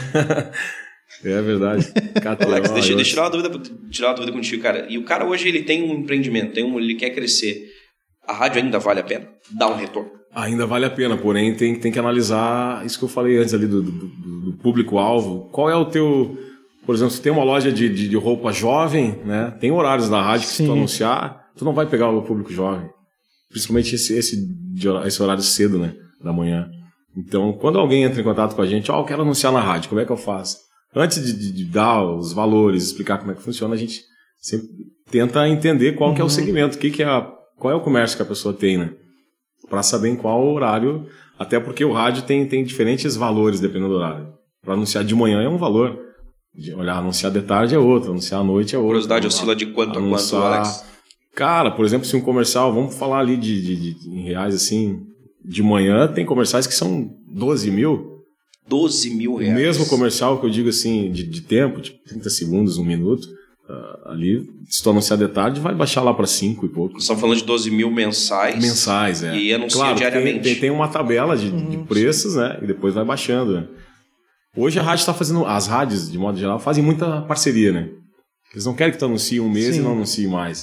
É verdade. Alex, deixa eu tirar uma dúvida contigo, cara. E o cara hoje ele tem um empreendimento, ele quer crescer. A rádio ainda vale a pena? Dá um retorno? Ainda vale a pena, porém tem que analisar isso que eu falei antes ali do público-alvo. Qual é o teu... Por exemplo, se tem uma loja de roupa jovem, né? Tem horários da rádio que se tu anunciar, tu não vai pegar o público jovem. Principalmente esse horário cedo, né? Da manhã. Então, quando alguém entra em contato com a gente, eu quero anunciar na rádio, como é que eu faço? Antes de dar os valores, explicar como é que funciona, a gente sempre tenta entender qual que é o segmento, qual é o comércio que a pessoa tem, né? Para saber em qual horário, até porque o rádio tem diferentes valores dependendo do horário. Para anunciar de manhã é um valor, anunciar de tarde é outro, anunciar à noite é outro. Curiosidade oscila de quanto a quanto, Alex? Cara, por exemplo, se um comercial, vamos falar ali em reais assim, de manhã tem comerciais que são 12 mil. 12 mil reais. O mesmo comercial que eu digo assim, de tempo, tipo 30 segundos, 1 minuto, ali, se tu anunciar de tarde, vai baixar lá para 5 e pouco. Nós estamos falando de 12 mil mensais. Mensais, é. E anuncia diariamente. Tem uma tabela de preços, né? E depois vai baixando, né? Hoje a rádio está fazendo, as rádios, de modo geral, fazem muita parceria, né? Eles não querem que tu anuncie um mês e não anuncie mais.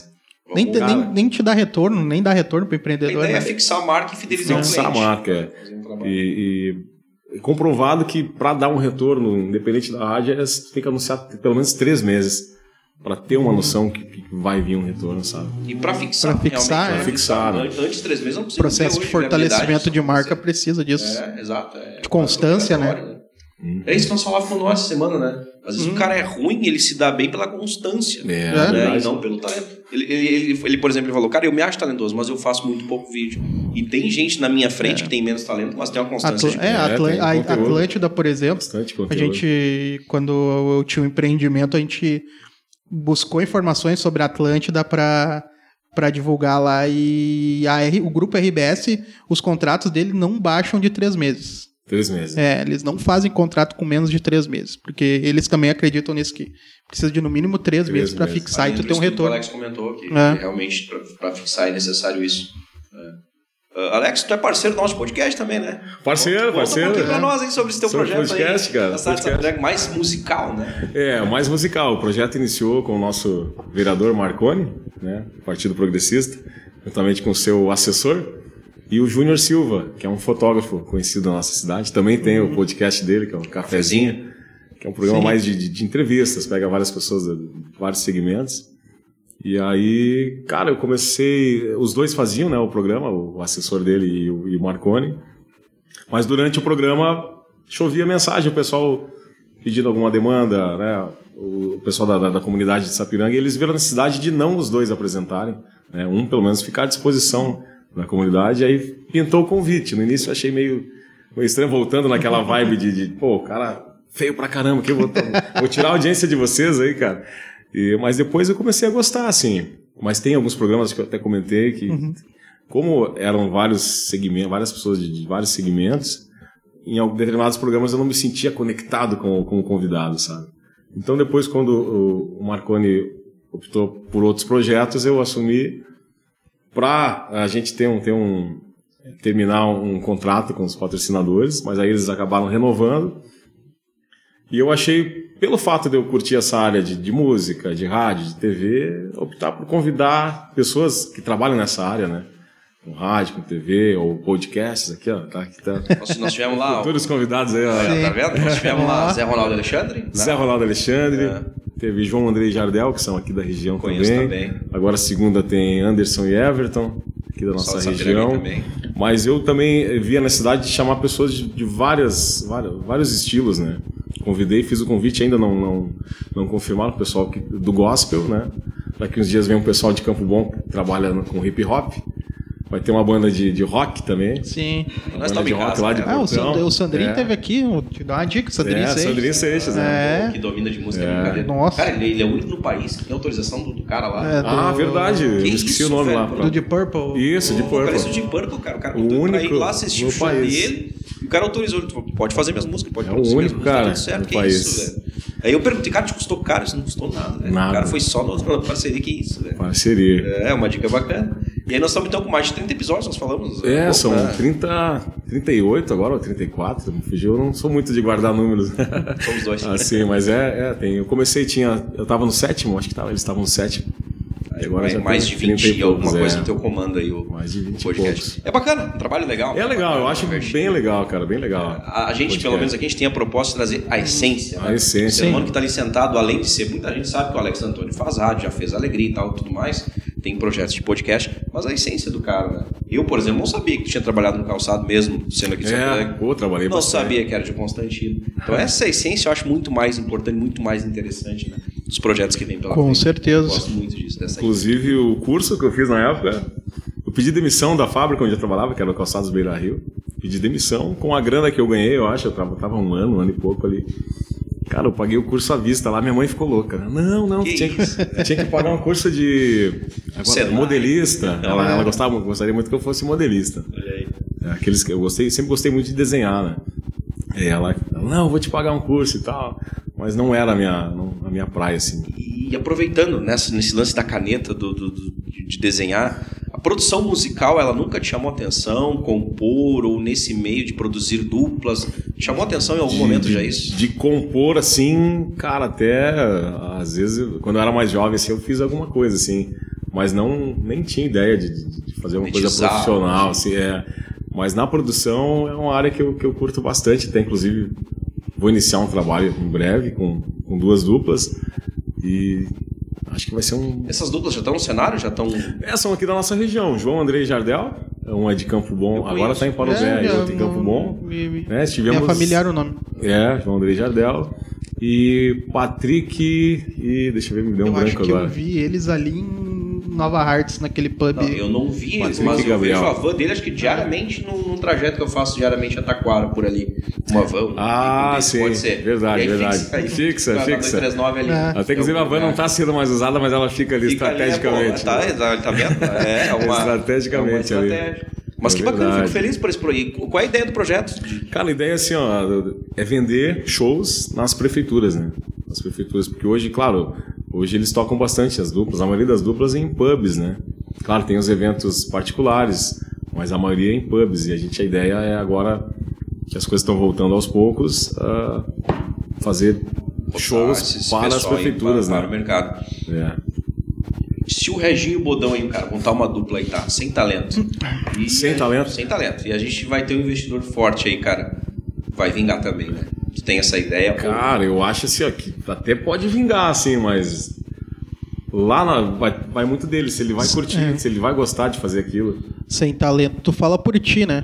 Nem te dá retorno, nem dá retorno para o empreendedor. A ideia né? é fixar a marca e fidelizar o cliente. Fixar a marca, é. E comprovado que para dar um retorno, independente da rádio, você tem que anunciar pelo menos 3 meses para ter uma noção que vai vir um retorno, sabe? E para fixar, Para fixar, né? Antes de 3 meses não precisa. O processo de fortalecimento de marca precisa disso. Exato. De constância, né? É isso que nós falávamos com nós essa semana, né? Às vezes o cara é ruim, ele se dá bem pela constância, né? E não pelo talento. Ele, por exemplo, ele falou, cara, eu me acho talentoso, mas eu faço muito pouco vídeo. E tem gente na minha frente que tem menos talento, mas tem uma constância. A Atlântida, por exemplo, a gente, quando eu tinha um empreendimento, a gente buscou informações sobre a Atlântida para divulgar lá, e o grupo RBS, os contratos dele não baixam de 3 meses. 3 meses. Eles não fazem contrato com menos de 3 meses, porque eles também acreditam nisso, que precisa de no mínimo 3 meses para fixar e tu ter um retorno. O Alex comentou que realmente para fixar é necessário isso. Alex, tu é parceiro do nosso podcast também, né? Parceiro. Conta um pouquinho pra nós aí sobre esse teu projeto podcast, aí. Cara, podcast mais musical, né? Mais musical. O projeto iniciou com o nosso vereador Marconi, né? Partido Progressista, juntamente com o seu assessor, e o Júnior Silva, que é um fotógrafo conhecido na nossa cidade. Também tem o podcast dele, que é o Cafezinho, que é um programa mais de entrevistas, pega várias pessoas de vários segmentos. E aí, cara, eu comecei... Os dois faziam, né, o programa, o assessor dele e o Marconi. Mas durante o programa chovia mensagem, o pessoal pedindo alguma demanda, né? O pessoal da comunidade de Sapiranga, e eles viram a necessidade de não os dois apresentarem, né? Um, pelo menos, ficar à disposição da comunidade. Aí pintou o convite. No início eu achei meio estranho, voltando naquela vibe pô, cara, feio pra caramba, que eu vou tirar a audiência de vocês aí, cara. Mas depois eu comecei a gostar, assim. Mas tem alguns programas que eu até comentei que, como eram vários segmentos, várias pessoas de vários segmentos, em determinados programas eu não me sentia conectado com o convidado, sabe? Então depois, quando o Marconi optou por outros projetos, eu assumi para a gente terminar um contrato com os patrocinadores, mas aí eles acabaram renovando. E eu achei, pelo fato de eu curtir essa área de música, de rádio, de TV, optar por convidar pessoas que trabalham nessa área, né? Com rádio, com TV, ou podcasts, aqui, ó. Aqui tá. Nós tivemos lá... Todos os convidados aí, ó. Tá vendo? Nós tivemos lá Zé Ronaldo Alexandre. Né? Zé Ronaldo Alexandre. Teve João Andrei Jardel, que são aqui da região também. Agora a segunda tem Anderson e Everton, aqui da nossa região. Também. Mas eu também vi a necessidade de chamar pessoas de vários estilos, né? Convidei, fiz o convite, ainda não confirmaram o pessoal do gospel, né? Daqui uns dias vem um pessoal de Campo Bom que trabalha com hip hop. Vai ter uma banda de rock também. Sim. Nós estamos em casa. Lá de o Sandrinho teve aqui, vou te dar uma dica, o Sandrinho Seixas. Sandrinho Seixas, né? Que domina de música, brincadeira. Nossa. Cara, ele é o único no país que tem autorização do cara lá. Verdade. Eu esqueci o nome lá. Do Deep Purple. Isso, Deep Purple. Cara, isso de Purple, cara. O cara o único pra ir lá assistir o show país. dele e o cara autorizou. Ele pode fazer minhas músicas, pode produzir minhas músicas, cara, tá tudo certo. no Que país. isso, velho? Aí eu perguntei, cara, te custou caro? Isso não custou nada, velho. Nada. O cara foi só na parceria, que isso, velho. Parceria. É, uma dica bacana. E aí nós estamos então com mais de 30 episódios, nós falamos. São 38 agora, ou 34, me fugiu. Eu não sou muito de guardar números. Somos dois. Assim, mas tem. Eu comecei, eu tava no 7º, acho que eles estavam no 7º. Agora já mais de 20 e alguma coisa no teu comando aí, mais de 20 podcast. É bacana, um trabalho legal. É legal, bacana, eu acho bem legal, cara, bem legal. A gente, pelo menos aqui, a gente tem a proposta de trazer a essência. A essência. O ser humano que está ali sentado, além de ser, muita gente sabe que o Alex Antônio faz rádio, já fez Alegria e tal, tudo mais, tem projetos de podcast, mas a essência do cara, né? Eu, por exemplo, não sabia que tu tinha trabalhado no calçado mesmo, sendo aqui de São Paulo. Trabalhei não bastante. Sabia que era de Constantino. Então essa essência eu acho muito mais importante, muito mais interessante, né? Dos projetos que vem pela frente. Com certeza. Eu gosto muito disso, dessa Inclusive, o curso que eu fiz na época, eu pedi demissão da fábrica onde eu trabalhava, que era o Calçados Beira Rio. Pedi demissão com a grana que eu ganhei, eu acho. Eu tava um ano e pouco ali. Cara, eu paguei o curso à vista lá, minha mãe ficou louca. Não, tinha que pagar um curso de modelista. Ela gostaria muito que eu fosse modelista. Olha aí. Aqueles que eu sempre gostei muito de desenhar, né? E ela, não, eu vou te pagar um curso e tal. Mas não era a minha praia, assim. E aproveitando nesse lance da caneta, de desenhar, a produção musical, ela nunca te chamou atenção? Compor, ou nesse meio de produzir duplas, chamou atenção em algum momento já isso? De compor, assim, cara, até às vezes, quando eu era mais jovem, assim, eu fiz alguma coisa, assim, mas nem tinha ideia de fazer uma coisa profissional, assim, mas na produção é uma área que eu curto bastante, até inclusive vou iniciar um trabalho em breve com 2 duplas e acho que vai ser Essas duplas já estão no cenário? Já estão... São aqui da nossa região, João André Jardel, um é de Campo Bom, agora está em Parobé e outro em Campo Bom. É familiar o nome. João André Jardel e Patrick e deixa eu ver, me deu um branco agora. Eu vi eles ali em Nova Hartz, naquele pub. Não, eu não vi eles, mas eu vejo a van dele, acho que diariamente, num trajeto que eu faço diariamente a Taquara, por ali. Uma van. Sim, pode ser. verdade. Fixa. Ali. Até que a van não está sendo mais usada, mas ela fica ali estrategicamente. Tá vendo? Estrategicamente ali. Mas que bacana, fico feliz por esse projeto. Qual é a ideia do projeto? Cara, a ideia é assim, é vender shows nas prefeituras, né? Nas prefeituras, porque hoje, claro, eles tocam bastante as duplas, a maioria das duplas é em pubs, né? Claro, tem os eventos particulares, mas a maioria é em pubs, e a ideia é agora que as coisas estão voltando aos poucos, fazer shows para as prefeituras, né? Para o mercado. Se o Reginho e o Bodão aí, cara, montar uma dupla aí, tá? Sem talento. Sem talento? Sem talento. E a gente vai ter um investidor forte aí, cara. Vai vingar também, né? Tu tem essa ideia? Cara, eu acho assim, que até pode vingar, assim, mas lá vai muito dele, se ele vai curtir, se ele vai gostar de fazer aquilo. Sem talento. Tu fala por ti, né?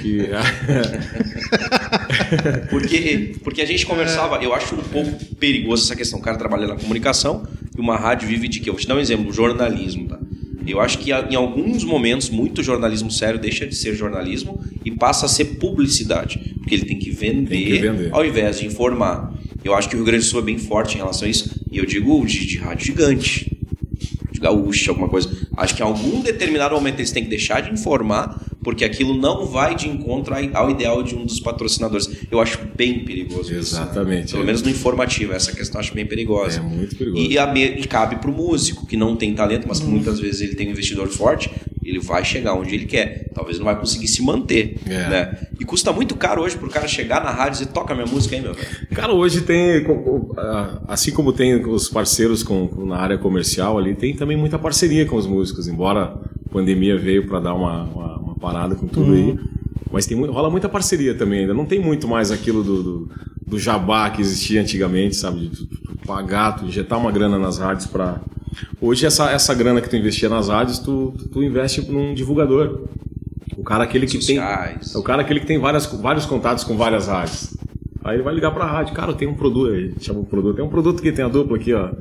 Porque a gente conversava, eu acho um pouco perigoso essa questão. O cara trabalha na comunicação e uma rádio vive de quê? Eu vou te dar um exemplo, o jornalismo, tá? Eu acho que em alguns momentos, muito jornalismo sério deixa de ser jornalismo e passa a ser publicidade. Porque ele tem que vender. Ao invés de informar. Eu acho que o Rio Grande do Sul é bem forte em relação a isso. E eu digo de rádio gigante, de gaúcha, alguma coisa. Acho que em algum determinado momento eles têm que deixar de informar, porque aquilo não vai de encontro ao ideal de um dos patrocinadores. Eu acho bem perigoso. Exatamente. Isso, né? Pelo menos no informativo, essa questão eu acho bem perigosa. É muito perigoso. E cabe para o músico, que não tem talento, mas que muitas vezes ele tem um investidor forte, ele vai chegar onde ele quer. Talvez não vai conseguir se manter. Né? E custa muito caro hoje pro cara chegar na rádio e dizer, toca minha música aí, meu velho. Cara, hoje tem, assim como tem os parceiros na área comercial ali, tem também muita parceria com os músicos, embora a pandemia veio para dar uma parada com tudo aí. Mas rola muita parceria também ainda. Não tem muito mais aquilo do jabá que existia antigamente, sabe? De pagar, tu injetar uma grana nas rádios para... Hoje essa grana que tu investia nas rádios, tu investe num divulgador. O cara aquele que sociais. tem... O cara aquele que tem vários contatos com várias rádios. Aí ele vai ligar pra rádio. Cara, tem um produto... Chama o produto. Tem um produto que tem a dupla aqui, ó.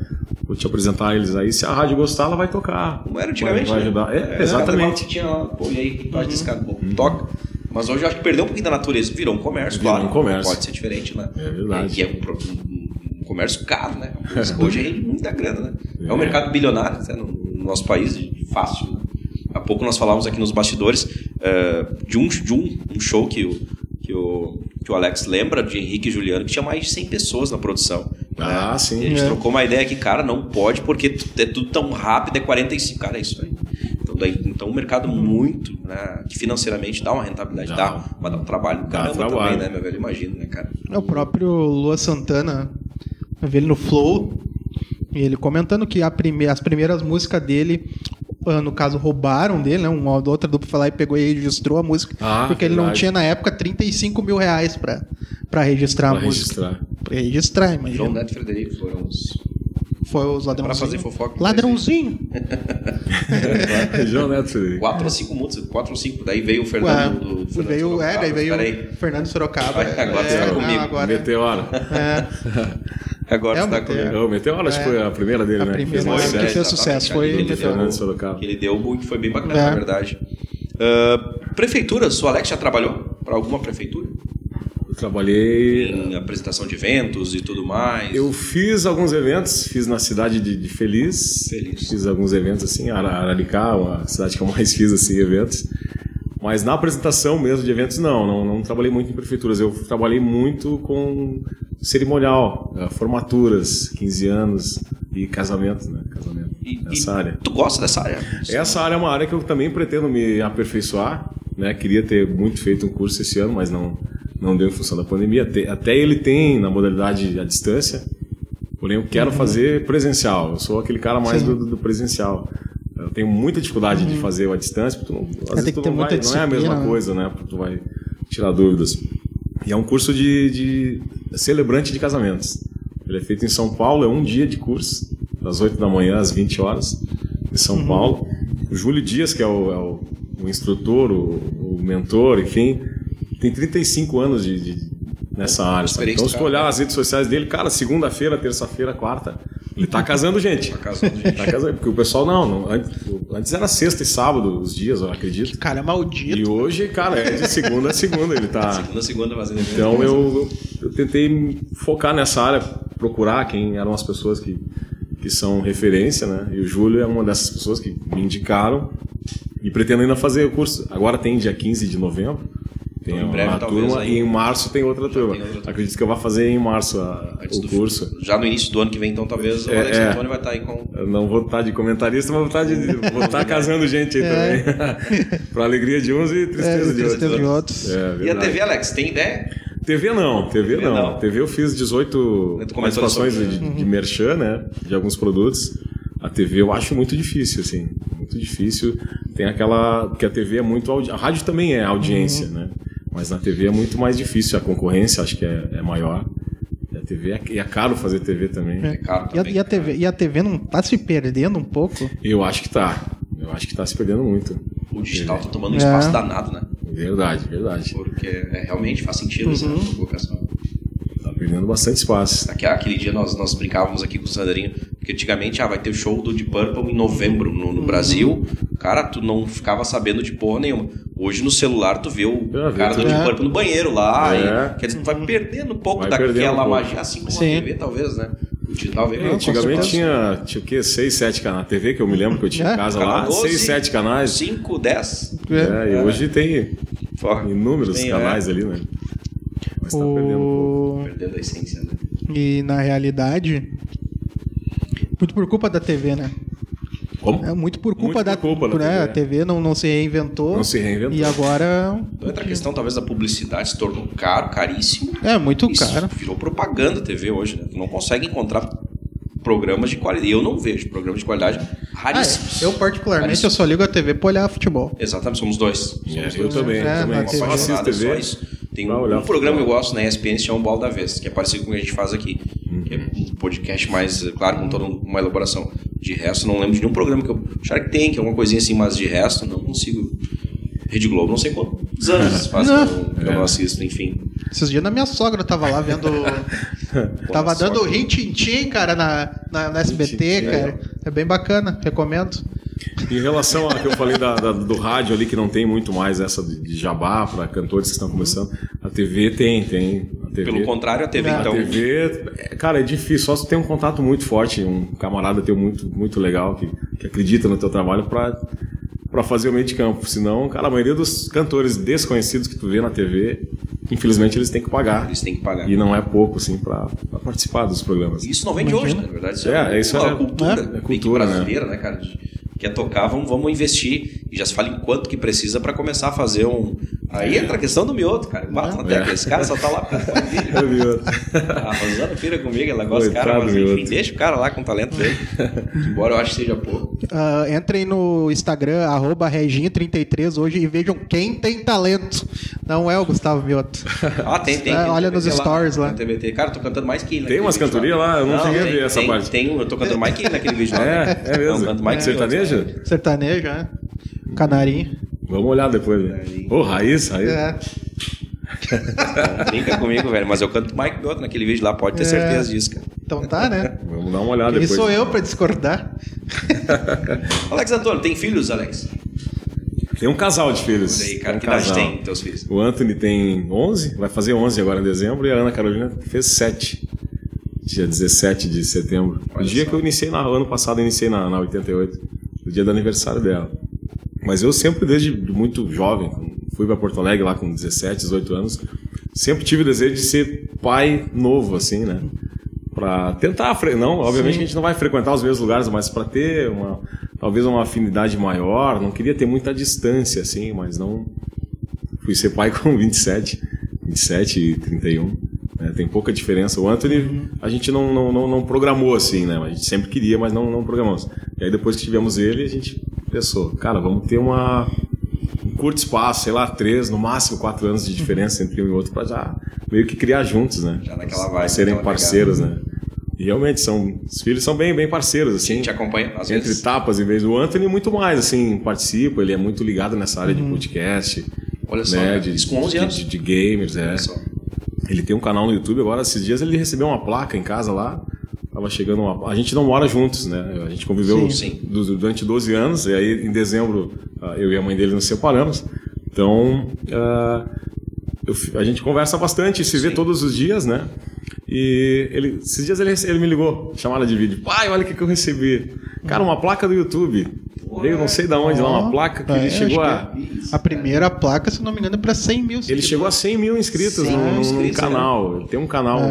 vou te apresentar eles aí. Se a rádio gostar, ela vai tocar. Como era antigamente, vai ajudar. Exatamente. Tinha lá, pô, e aí, pode discar, toca. Mas hoje eu acho que perdeu um pouquinho da natureza. Virou um comércio, claro. Pode ser diferente, né? É verdade. E é um comércio caro, né? Hoje rende muita grana, né? É um mercado bilionário, né? No nosso país, fácil. Né? Há pouco nós falávamos aqui nos bastidores de um show que o Alex lembra, de Henrique e Juliano, que tinha mais de 100 pessoas na produção. Ah, né? sim. E a gente trocou uma ideia que, cara, não pode, porque é tudo tão rápido, é 45. Cara, é isso aí. Então um mercado muito, né, que financeiramente dá uma rentabilidade, mas dá um trabalho também, né, meu velho? Imagino, né, cara? O próprio Lua Santana, eu vi ele no Flow, e ele comentando que as primeiras músicas dele, no caso, roubaram dele, né? Uma outra dupla foi lá e pegou e registrou a música, porque ele não tinha, na época, 35 mil reais pra registrar a música. Pra registrar, imagina. João Neto e Frederico foram os ladrãozinhos. Pra fazer fofoca. Ladrãozinho! João Neto e Frederico. 4 ou 5 músicas, 4 ou 5. Daí veio o Fernando daí veio o Fernando Sorocaba. Agora você tá comigo. Agora Meteora. Agora você tá comigo. O Meteora, acho que foi a primeira dele, né? A primeira que fez sucesso foi o Fernando Sorocaba. Que ele deu o que foi bem bacana, na verdade. Prefeituras, o Alex já trabalhou para alguma prefeitura? Eu trabalhei em apresentação de eventos e tudo mais. Eu fiz alguns eventos, fiz na cidade de Feliz. Fiz alguns eventos assim, Araricá, a cidade que eu mais fiz assim, eventos. Mas na apresentação mesmo de eventos, não trabalhei muito em prefeituras. Eu trabalhei muito com cerimonial, formaturas, 15 anos e casamento, né? Essa área. Tu gosta dessa área? Essa área é uma área que eu também pretendo me aperfeiçoar, né? Queria ter muito feito um curso esse ano, mas não deu em função da pandemia. Até ele tem na modalidade à distância, porém eu quero fazer presencial. Eu sou aquele cara mais do presencial. Eu tenho muita dificuldade de fazer à distância, porque às vezes não é a mesma coisa, né? Porque tu vai tirar dúvidas. E é um curso de celebrante de casamentos. Ele é feito em São Paulo, é um dia de curso, das 8 da manhã às 20 horas, em São Paulo. O Júlio Dias, que é o instrutor, o mentor, enfim, tem 35 anos nessa área. Sabe? Então, se tu olhar as redes sociais dele, cara, segunda-feira, terça-feira, quarta, ele tá casando gente. Tá casando, porque o pessoal antes era sexta e sábado os dias, eu acredito. Que cara maldito. E hoje, cara, é de segunda a segunda ele tá. Segunda fazendo. Então eu tentei focar nessa área, procurar quem eram as pessoas que são referência, né? E o Júlio é uma dessas pessoas que me indicaram e pretendo ainda fazer o curso. Agora tem dia 15 de novembro. Tem então, em breve, uma turma e em março tem outra turma. Acredito que eu vou fazer em março o curso. Já no início do ano que vem, então talvez o Alex Antônio vai estar aí com... Eu não vou estar de comentarista, mas vou estar casando gente aí também. Para alegria de uns e tristeza de outros. E a TV, Alex, tem ideia? TV não. TV eu fiz 18 participações de merchan, né? De alguns produtos. A TV eu acho muito difícil, assim. Muito difícil. Tem aquela... Porque a TV é muito... A rádio também é audiência, né? Mas na TV é muito mais difícil. A concorrência acho que é maior. E a TV é caro fazer TV também. É caro também. E a TV não tá se perdendo um pouco? Eu acho que tá. Se perdendo muito. O digital tá tomando um espaço danado, né? Verdade. Porque realmente faz sentido essa colocação. Tá perdendo bastante espaço. Aquele dia nós brincávamos aqui com o Sandrinho, porque antigamente vai ter o show do Deep Purple em novembro no Brasil. Cara, tu não ficava sabendo de porra nenhuma. Hoje no celular tu vê o cara do Deep Purple no banheiro lá. Quer dizer, tu vai perdendo um pouco daquela magia, assim como a TV, talvez, né? O digital veio antigamente tinha o quê? 6, 7 canais. Na TV que eu me lembro que eu tinha em casa lá, 12, 6, 7 canais. 5, 10. E hoje tem inúmeros canais ali, né? Mas tá perdendo um pouco. Perdendo a essência, né? E na realidade, muito por culpa da TV, né? Como? É muito por culpa da TV. A TV não se reinventou. Não se reinventou. E agora... Então entra a questão, talvez, da publicidade se tornou caríssimo. É, muito caro. Virou propaganda TV hoje, né? Tu não consegue encontrar programas de qualidade. Eu não vejo programas de qualidade raríssimos. Eu, particularmente, eu só ligo a TV pra olhar futebol. Exatamente, somos dois. Eu também. Só assisto TV. Tem um programa que eu gosto na ESPN, se chama Bola da Vez, que é parecido com o que a gente faz aqui. Que é um podcast mais, claro, com toda uma elaboração. De resto, não lembro de nenhum programa que eu... Shark Tank, alguma coisinha assim, mas de resto, não consigo. Rede Globo, não sei quantos anos faz que eu não assisto, enfim. Esses dias na minha sogra eu tava lá vendo. Tava dando Rin-Tin-Tin, cara, na SBT, cara. É bem bacana, recomendo. Em relação ao que eu falei do rádio ali, que não tem muito mais essa de jabá para cantores que estão começando, a TV tem. A TV, pelo contrário, a TV então... A TV, cara, é difícil, só se tem um contato muito forte, um camarada teu muito legal, que acredita no teu trabalho para fazer o meio de campo. Senão, cara, a maioria dos cantores desconhecidos que tu vê na TV, infelizmente eles têm que pagar. Eles têm que pagar. E não é pouco, assim, para participar dos programas. Isso não vem de hoje, né? Na verdade, isso é cultura brasileira, né, cara? Quer tocar, vamos investir. E já se fala em quanto que precisa para começar a fazer um... Aí entra a questão do mioto, cara. Bata na tecla, esse cara só tá lá pra o mioto. A Rosana pira comigo, ela gosta do cara, mas enfim, deixa o cara lá com o talento dele. Embora eu acho que seja pouco. Entrem no Instagram, @reginho33 hoje e vejam quem tem talento. Não é o Gustavo Mioto. Tem. Olha nos stories lá. TBT. Cara, eu tô cantando mais que ele. Tem umas cantorias lá? Eu não cheguei a ver essa parte. Eu tô cantando mais que ele naquele vídeo lá. É mesmo. Canto mais que sertanejo? Sertanejo, Canarinho. Vamos olhar depois, né? Raiz. Brinca comigo, velho. Mas eu canto mais que o outro naquele vídeo lá, pode ter certeza disso, cara. Então tá, né? Vamos dar uma olhada depois. Quem sou eu pra discordar? Alex Antônio, tem filhos, Alex? Tem um casal de filhos. E aí, cara, que idade tem teus filhos? O Anthony tem 11, vai fazer 11 agora em dezembro, e a Ana Carolina fez 7. Dia 17 de setembro. O dia que eu iniciei ano passado, iniciei na 88. O dia do aniversário dela. Mas eu sempre, desde muito jovem, fui para Porto Alegre lá com 17, 18 anos, sempre tive o desejo de ser pai novo, assim, né? Para tentar, obviamente que a gente não vai frequentar os mesmos lugares, mas para ter talvez uma afinidade maior. Não queria ter muita distância, assim, mas não... Fui ser pai com 27 e 31. Né? Tem pouca diferença. O Anthony, a gente não programou assim, né? A gente sempre queria, mas não programamos. E aí depois que tivemos ele, a gente pensou, cara, vamos ter um curto espaço, sei lá, 3, no máximo 4 anos de diferença entre um e outro, para já meio que criar juntos, né? Já naquela vibe. Serem parceiros, né? E realmente, os filhos são bem parceiros, assim. A gente acompanha, às entre vezes. etapas, em vez do Anthony, muito mais, assim, participa, ele é muito ligado nessa área de podcast. Olha só, né? Isso com 11 anos. De gamers, Olha só. Ele tem um canal no YouTube, agora, esses dias, ele recebeu uma placa em casa lá. Tava chegando a gente não mora juntos, né? A gente conviveu durante 12 anos, e aí em dezembro eu e a mãe dele nos separamos. Então a gente conversa bastante, se vê todos os dias, né? E esses dias ele me ligou, chamada de vídeo. Pai, olha o que eu recebi. Cara, uma placa do YouTube. Veio não sei de onde lá, uma placa que ele chegou a primeira placa, se não me engano, é para 100 mil inscritos. Ele chegou a 100 mil inscritos no canal. Ele tem um canal...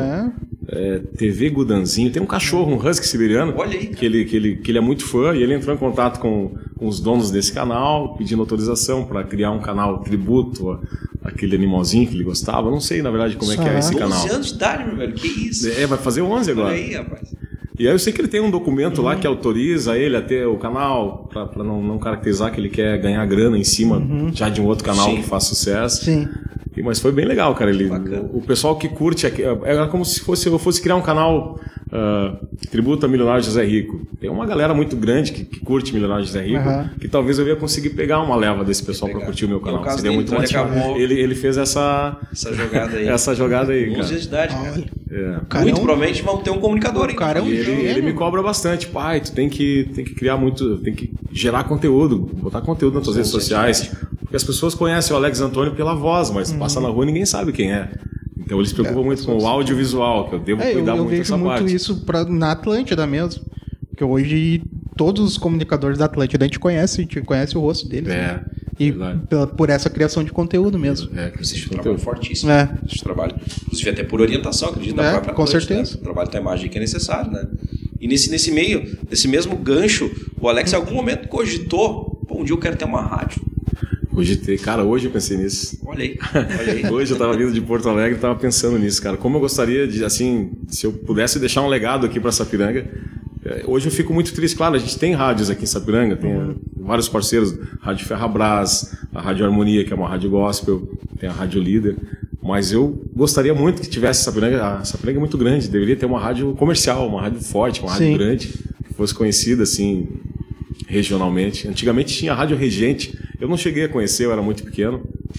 TV Gudanzinho, tem um cachorro, um husky siberiano, que ele é muito fã, e ele entrou em contato com os donos desse canal, pedindo autorização para criar um canal tributo àquele animalzinho que ele gostava. Não sei, na verdade, como é que é esse canal. 11 anos de idade, meu velho, que isso? Vai fazer 11 agora. Olha aí, rapaz. E aí eu sei que ele tem um documento lá que autoriza ele a ter o canal, para não caracterizar que ele quer ganhar grana em cima já de um outro canal que faz sucesso. Sim. Mas foi bem legal, cara. O pessoal que curte... Era como se eu fosse criar um canal tributo a Milionário José Rico. Tem uma galera muito grande que curte Milionário José Rico, que talvez eu ia conseguir pegar uma leva desse pessoal para curtir o meu canal. Seria muito mais ele fez essa jogada aí. Essa jogada aí, cara. 11 anos de idade, cara. Muito provavelmente vão ter um comunicador aí. Ele me cobra bastante. Pai, tu tem que criar tem que gerar conteúdo, botar conteúdo nas tuas redes sociais. Porque as pessoas conhecem o Alex Antônio pela voz, mas passa na rua e ninguém sabe quem é. Então eles se preocupam muito com o audiovisual, que eu devo cuidar muito dessa parte. Eu vejo muito isso na Atlântida mesmo. Porque hoje todos os comunicadores da Atlântida a gente conhece o rosto deles. Né? E por essa criação de conteúdo mesmo. Existe um trabalho fortíssimo. Existe um trabalho, inclusive até por orientação, acredito, da própria com Atlântida, certeza. Né? O trabalho da imagem que é necessário, né? E nesse meio, nesse mesmo gancho, o Alex em algum momento cogitou, um dia eu quero ter uma rádio. Cara, hoje eu pensei nisso. Olha aí. Hoje eu tava vindo de Porto Alegre e tava pensando nisso, cara. Como eu gostaria de, assim, se eu pudesse deixar um legado aqui para Sapiranga. Hoje eu fico muito triste. Claro, a gente tem rádios aqui em Sapiranga, tem vários parceiros. Rádio Ferrabras, a Rádio Harmonia, que é uma rádio gospel, tem a Rádio Líder. Mas eu gostaria muito que tivesse Sapiranga. A Sapiranga é muito grande, deveria ter uma rádio comercial, uma rádio forte, uma rádio grande, que fosse conhecida, assim, regionalmente. Antigamente tinha a Rádio Regente. Eu não cheguei a conhecer, eu era muito pequeno.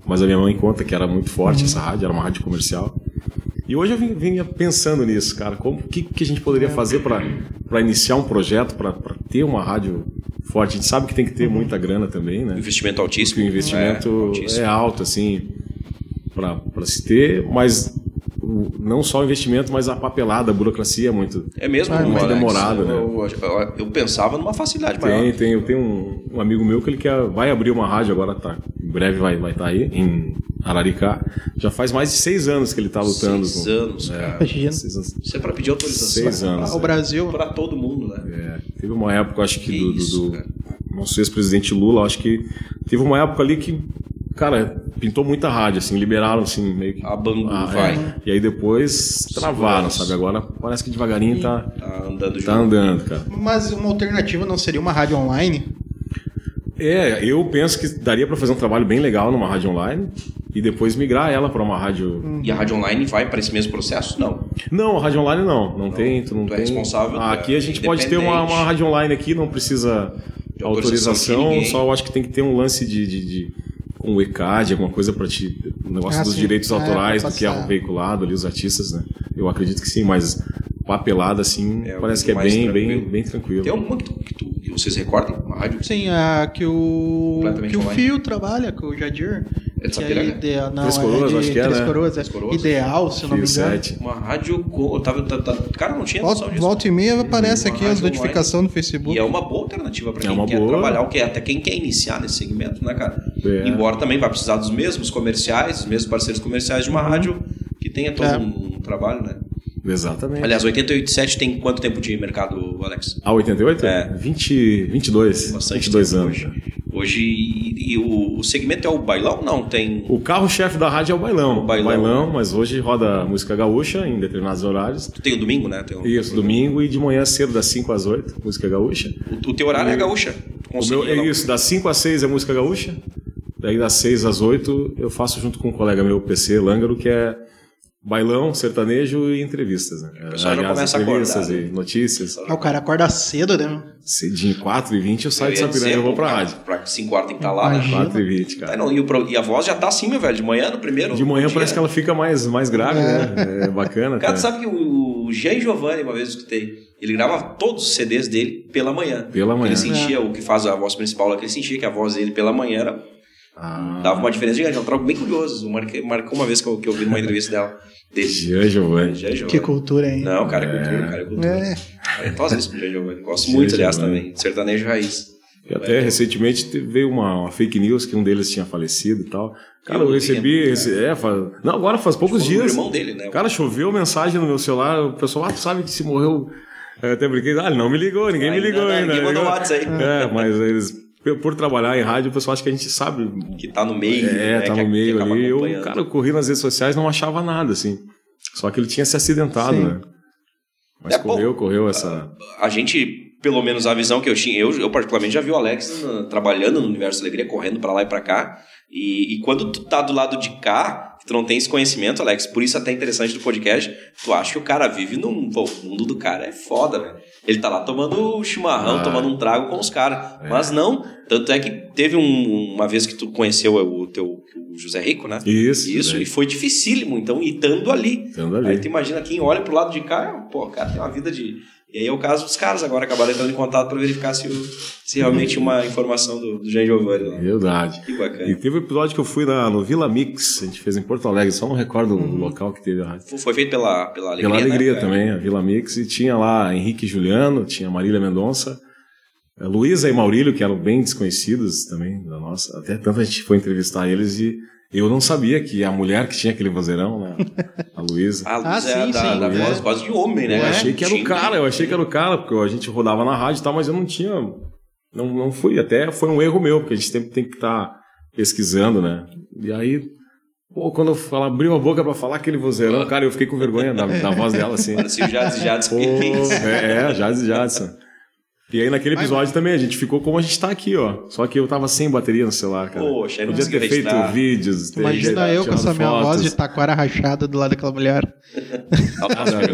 mas a minha mãe conta que era muito forte essa rádio, era uma rádio comercial. E hoje eu vinha pensando nisso, cara, o que a gente poderia fazer para iniciar um projeto, para ter uma rádio forte. A gente sabe que tem que ter muita grana também, né? Investimento altíssimo. Porque o investimento é alto, assim, para se ter, mas não só o investimento, mas a papelada, a burocracia é muito, muito demorada, né? Eu pensava numa facilidade maior. Eu tenho um amigo meu que ele vai abrir uma rádio agora, em breve vai estar aí, em Araricá. Já faz mais de 6 anos que ele está lutando. 6 anos, cara. 6 anos. Isso é para pedir autorização. 6 anos. O Brasil. Para todo mundo, né? Teve uma época, acho que do nosso ex-presidente Lula, acho que teve uma época ali que, cara, pintou muita rádio, assim, liberaram, assim, meio que... A Bangu vai. E aí depois travaram, sabe? Agora parece que devagarinho tá andando, cara. Mas uma alternativa não seria uma rádio online? Eu penso que daria para fazer um trabalho bem legal numa rádio online e depois migrar ela para uma rádio... E a rádio online vai para esse mesmo processo? Não, a rádio online não tem. Tu não é tem. responsável. Aqui a gente pode ter uma rádio online aqui, não precisa de autorização, só eu acho que tem que ter um lance de com o ECAD, alguma coisa para ti, o negócio dos direitos autorais do que é veiculado ali, os artistas, né? Eu acredito que sim, mas papelada assim, parece que é bem tranquilo. Tem alguma que vocês recordem? Uma rádio? Sim, que o Fio trabalha, com o Jadir. É de Sapiranga? Três Coroas, acho que é, né? Três Coroas. Ideal, se não me engano. Uma rádio... Cara, não tinha noção disso. Volta e meia aparece aqui as notificações no Facebook. E é uma boa alternativa para quem quer trabalhar, até quem quer iniciar nesse segmento, né, cara? Embora também vai precisar dos mesmos comerciais, dos mesmos parceiros comerciais de uma rádio que tenha todo um trabalho, né? Exatamente. Aliás, 88.7 tem quanto tempo de mercado, Alex? 88? 22. Bastante 22 anos. Hoje, e o segmento é o bailão? Não, tem... O carro-chefe da rádio é o bailão. O bailão, mas hoje roda música gaúcha em determinados horários. Tu tem o domingo, né? Isso, domingo e de manhã cedo, das 5 às 8, música gaúcha. O teu horário é gaúcha? Isso, das 5 às 6 é música gaúcha. Daí das 6 às 8 eu faço junto com um colega meu, PC Lângaro, que é bailão, sertanejo e entrevistas, né? O pessoal já começa a acordar, e notícias. O cara acorda cedo, né? Cedinho, 4h20 eu saio de Sapiranga e eu vou pra rádio. Pra 5 horas tem que estar lá, né? 4h20, cara. E a voz já tá assim, meu velho, de manhã no primeiro... De manhã parece que ela fica mais grave, né? É bacana. Cara, sabe que o Jean Giovanni, uma vez eu escutei, ele grava todos os CDs dele pela manhã. Ele sentia, o que faz a voz principal lá, que ele sentia que a voz dele pela manhã era... Dava uma diferença gigante. É um troco bem curioso. Marcou uma vez que eu vi numa entrevista dela. Jean Giovanni. Que cultura, hein? Não, cara, é cultura. Eu posso isso pro Jean Giovanni. Gosto muito, aliás, também. Sertanejo raiz. E até recentemente veio uma fake news que um deles tinha falecido e tal. Cara, eu recebi... agora faz poucos dias. O irmão dele, né? Cara, choveu mensagem no meu celular. O pessoal, tu sabe que se morreu... Eu até brinquei, ele não me ligou, ninguém me ligou ainda. Ninguém mandou WhatsApp aí. Mas eles... Por trabalhar em rádio, o pessoal acha que a gente sabe... Que tá no meio, tá no meio ali. Eu corri nas redes sociais, não achava nada, assim. Só que ele tinha se acidentado, né? Mas correu essa... A gente, pelo menos a visão que eu tinha... Eu particularmente já vi o Alex trabalhando no Universo da Alegria, correndo pra lá e pra cá. E quando tu tá do lado de cá, tu não tem esse conhecimento, Alex, por isso até interessante do podcast, tu acha que o cara vive num... Pô, o mundo do cara é foda, velho. Ele tá lá tomando chimarrão, tomando um trago com os caras. Mas não, tanto é que teve uma vez que tu conheceu o José Rico, né? Isso, e foi dificílimo, então, e estando ali. Aí tu imagina quem olha pro lado de cá, pô, cara, tem uma vida de... E aí é o caso dos caras agora, acabaram entrando em contato para verificar se realmente uma informação do Jean Giovanni lá. Verdade. Que bacana. E teve um episódio que eu fui no Vila Mix, a gente fez em Porto Alegre, só não recordo o local que teve a rádio. Foi feito pela Alegria, Pela Alegria, né? também, a Vila Mix, e tinha lá Henrique e Juliano, tinha Marília Mendonça, Luísa e Maurílio, que eram bem desconhecidos também da nossa, até tanto a gente foi entrevistar eles e eu não sabia que a mulher que tinha aquele vozeirão, né? A Luísa. A Luísa é da voz quase de homem, né? Eu achei que era o cara, porque a gente rodava na rádio e tal, mas eu não tinha... Não fui, até foi um erro meu, porque a gente sempre tem que estar pesquisando, né? E aí, quando eu abriu a boca pra falar aquele vozeirão, cara, eu fiquei com vergonha da voz dela, assim. Parecia o Jadson. Jadson. E aí naquele episódio também a gente ficou como a gente tá aqui, ó. Só que eu tava sem bateria no celular, cara. Poxa, podia ter feito vídeos. Imagina eu com essa minha voz de taquara rachada do lado daquela mulher.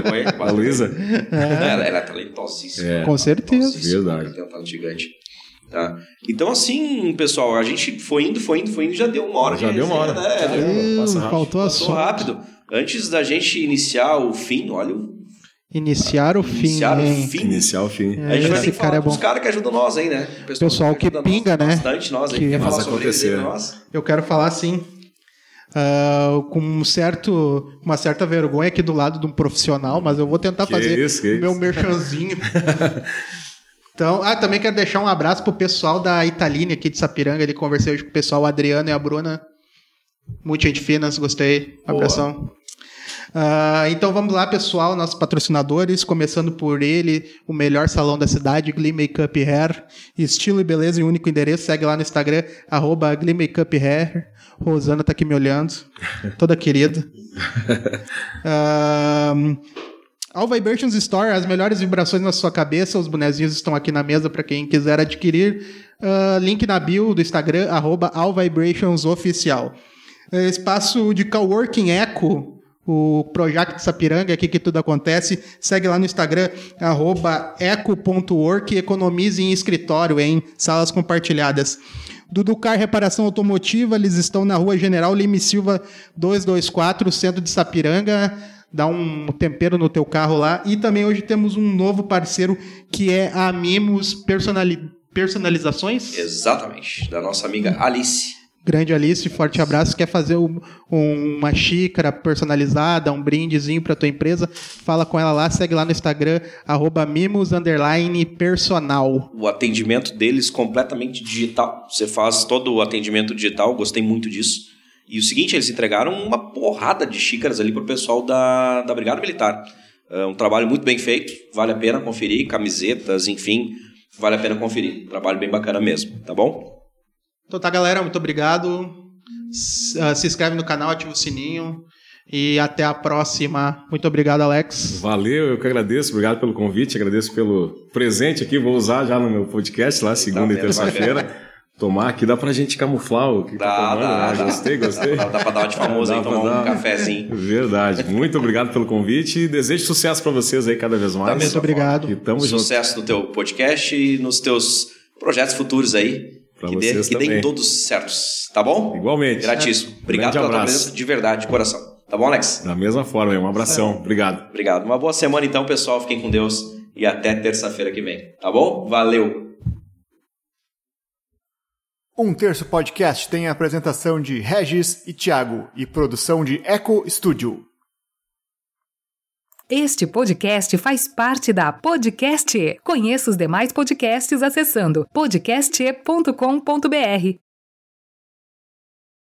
A Luísa? Ela é talentosíssima. Com certeza. Verdade. Gigante. Tá? Então, assim, pessoal, a gente foi indo, já deu uma hora. Já deu uma hora. Né? Faltou rápido. Antes da gente iniciar o fim, olha... Iniciar o fim. Iniciar o fim. A gente vai ter que falar dos caras que ajudam nós aí, né? Pessoal que pinga, né? Bastante nós aí. Que quer faz falar sobre acontecer. nós? Eu quero falar assim... com uma certa vergonha aqui do lado de um profissional, mas eu vou tentar fazer o meu merchanzinho. Então, também quero deixar um abraço pro pessoal da Italine aqui de Sapiranga. Ele conversei hoje com o pessoal, o Adriano e a Bruna. Muito gente fina, gostei. Um abração. Então vamos lá, pessoal, nossos patrocinadores, começando por ele, o melhor salão da cidade, Glee Makeup Hair, estilo e beleza em único endereço. Segue lá no Instagram, @Glee Makeup Hair. Rosana tá aqui me olhando, toda querida. All Vibrations Store, as melhores vibrações na sua cabeça. Os bonezinhos estão aqui na mesa para quem quiser adquirir. Link na bio do Instagram, @All Vibrations Oficial. Espaço de Coworking Eco, o Projac de Sapiranga, aqui que tudo acontece. Segue lá no Instagram, @eco.work. Economize em escritório, em salas compartilhadas. Duducar Reparação Automotiva, eles estão na Rua General Lime Silva 224, centro de Sapiranga. Dá um tempero no teu carro lá. E também hoje temos um novo parceiro, que é a Mimos Personalizações. Exatamente, da nossa amiga Alice. Grande Alice, forte abraço. Quer fazer uma xícara personalizada, um brindezinho para tua empresa? Fala com ela lá, segue lá no Instagram, @mimos_personal. O atendimento deles completamente digital. Você faz todo o atendimento digital, gostei muito disso. E o seguinte, eles entregaram uma porrada de xícaras ali pro pessoal da Brigada Militar. Um trabalho muito bem feito, vale a pena conferir, camisetas, enfim, vale a pena conferir. Trabalho bem bacana mesmo, tá bom? Então tá, galera, muito obrigado. Se inscreve no canal, ativa o sininho e até a próxima. Muito obrigado, Alex. Valeu, eu que agradeço. Obrigado pelo convite, agradeço pelo presente aqui. Vou usar já no meu podcast lá, segunda e terça-feira. Tomar aqui, dá pra gente camuflar o que tá tomando. Dá. Gostei. Dá pra dar uma de famoso aí, tomar um cafezinho. Verdade. Muito obrigado pelo convite e desejo sucesso pra vocês aí cada vez mais. Muito obrigado. E tamo sucesso junto. no teu podcast e nos teus projetos futuros aí. Que deem todos certos, tá bom? Igualmente. Gratíssimo. Obrigado pela tua presença de verdade, de coração. Tá bom, Alex? Da mesma forma, um abração. Obrigado. Obrigado. Uma boa semana então, pessoal. Fiquem com Deus e até terça-feira que vem. Tá bom? Valeu. Um Terço Podcast tem a apresentação de Regis e Thiago e produção de Eco Studio. Este podcast faz parte da Podcast E. Conheça os demais podcasts acessando podcast.com.br.